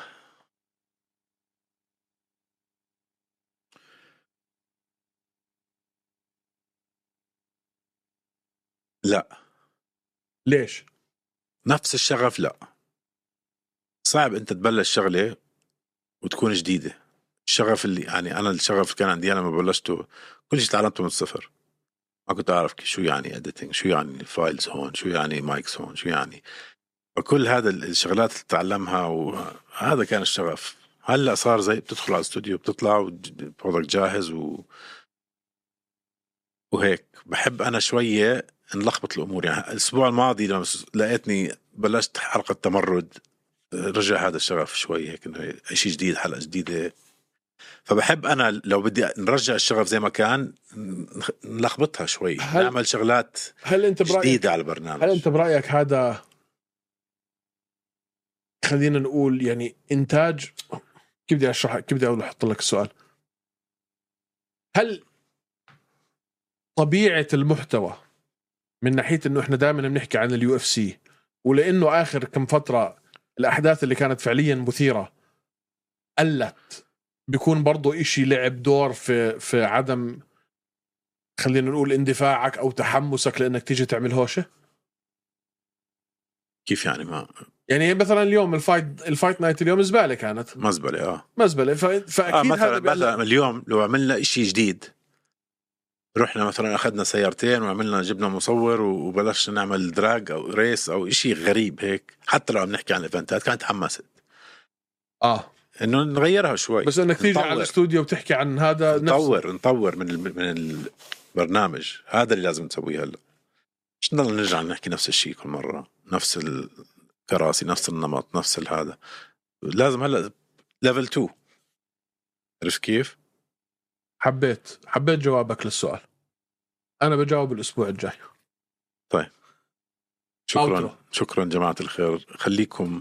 لا. ليش؟ نفس الشغف لا. صعب أنت تبلش شغلة وتكون جديدة. الشغف اللي يعني أنا الشغف اللي كان عندي أنا لما بلشته كل شيء تعلمته من الصفر. ما كنت أعرف شو يعني editing، شو يعني فايلز هون، شو يعني مايكس هون، شو يعني. وكل هذا الشغلات اللي تتعلمها وهذا كان الشغف. هلأ صار زي بتدخل على الاستوديو بتطلع وبرودكت جاهز و... وهيك. بحب أنا شوية نلخبط الأمور. يعني الأسبوع الماضي لما لقيتني بلشت حلقة تمرد رجع هذا الشغف شوي هيك إنه شيء جديد حلقة جديدة. فبحب أنا لو بدي نرجع الشغف زي ما كان نلخبطها شوي. هل... نعمل شغلات هل أنت جديدة على البرنامج. هل أنت برأيك هذا خلينا نقول يعني إنتاج كيف بدي أشرح كيف بدي أقول أحط لك السؤال. هل طبيعة المحتوى من ناحية انه احنا دائما بنحكي عن اليو اف سي، ولانه اخر كم فترة الاحداث اللي كانت فعليا مثيرة قلت، بيكون برضو اشي لعب دور في في عدم، خلينا نقول، اندفاعك او تحمسك لانك تيجي تعمل هوشة؟ كيف يعني؟ ما يعني مثلا اليوم الفايت الفايت نايت اليوم زبالة كانت مزبلة. اه مزبلة. ف... فاكيد آه مثلا, هذا بقلق. مثلا اليوم لو عملنا اشي جديد، رحنا مثلا اخذنا سيارتين وعملنا جبنا مصور وبلشنا نعمل دراج او ريس او اشي غريب هيك، حتى لو عم نحكي عن الايفنتات كانت تحمست اه انه نغيرها شوي، بس انك تيجي على الاستوديو وتحكي عن هذا نطور نفسه. نطور من من البرنامج. هذا اللي لازم نسويه هلا، مش نضل نرجع نحكي نفس الشيء كل مره، نفس الكراسي، نفس النمط، نفس هذا. لازم هلا ليفل اثنين. عرفت كيف؟ حبيت حبيت جوابك للسؤال. انا بجاوب الاسبوع الجاي. طيب شكرا أوترو. شكرا جماعه الخير، خليكم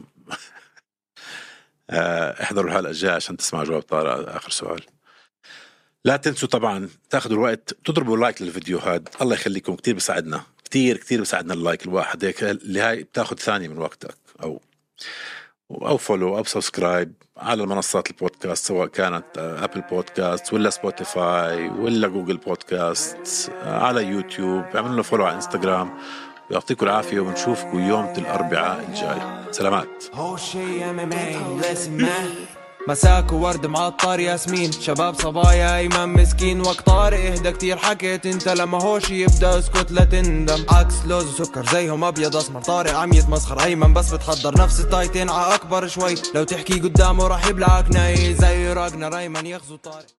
احضروا الحلقه الجايه عشان تسمعوا جواب طارق اخر سؤال. لا تنسوا طبعا تاخذوا الوقت تضربوا لايك للفيديو هذا، الله يخليكم، كتير بيساعدنا، كتير كتير بيساعدنا اللايك الواحد هيك، اللي هاي بتاخذ ثانية من وقتك. او او فولو او سبسكرايب على المنصات البودكاست، سواء كانت ابل بودكاست ولا سبوتيفاي ولا جوجل بودكاست، على يوتيوب، اعملوا لنا فولو على انستغرام. يعطيكم العافيه وبنشوفكم يوم الاربعاء الجاي. سلامات. مساك وورد معطر ياسمين، شباب صبايا ايمن مسكين، وقت طارق اهدى كتير حكيت انت، لما هوش يبدا اسكت لا تندم. عكس لوز وسكر زيهم ابيض اسمر، طارق عم يتمسخر، ايمن بس بتحضر نفس التايتين ع اكبر شوي، لو تحكي قدامه راح يبلعك ناي زي راجنر، ايمن يغزو طارق.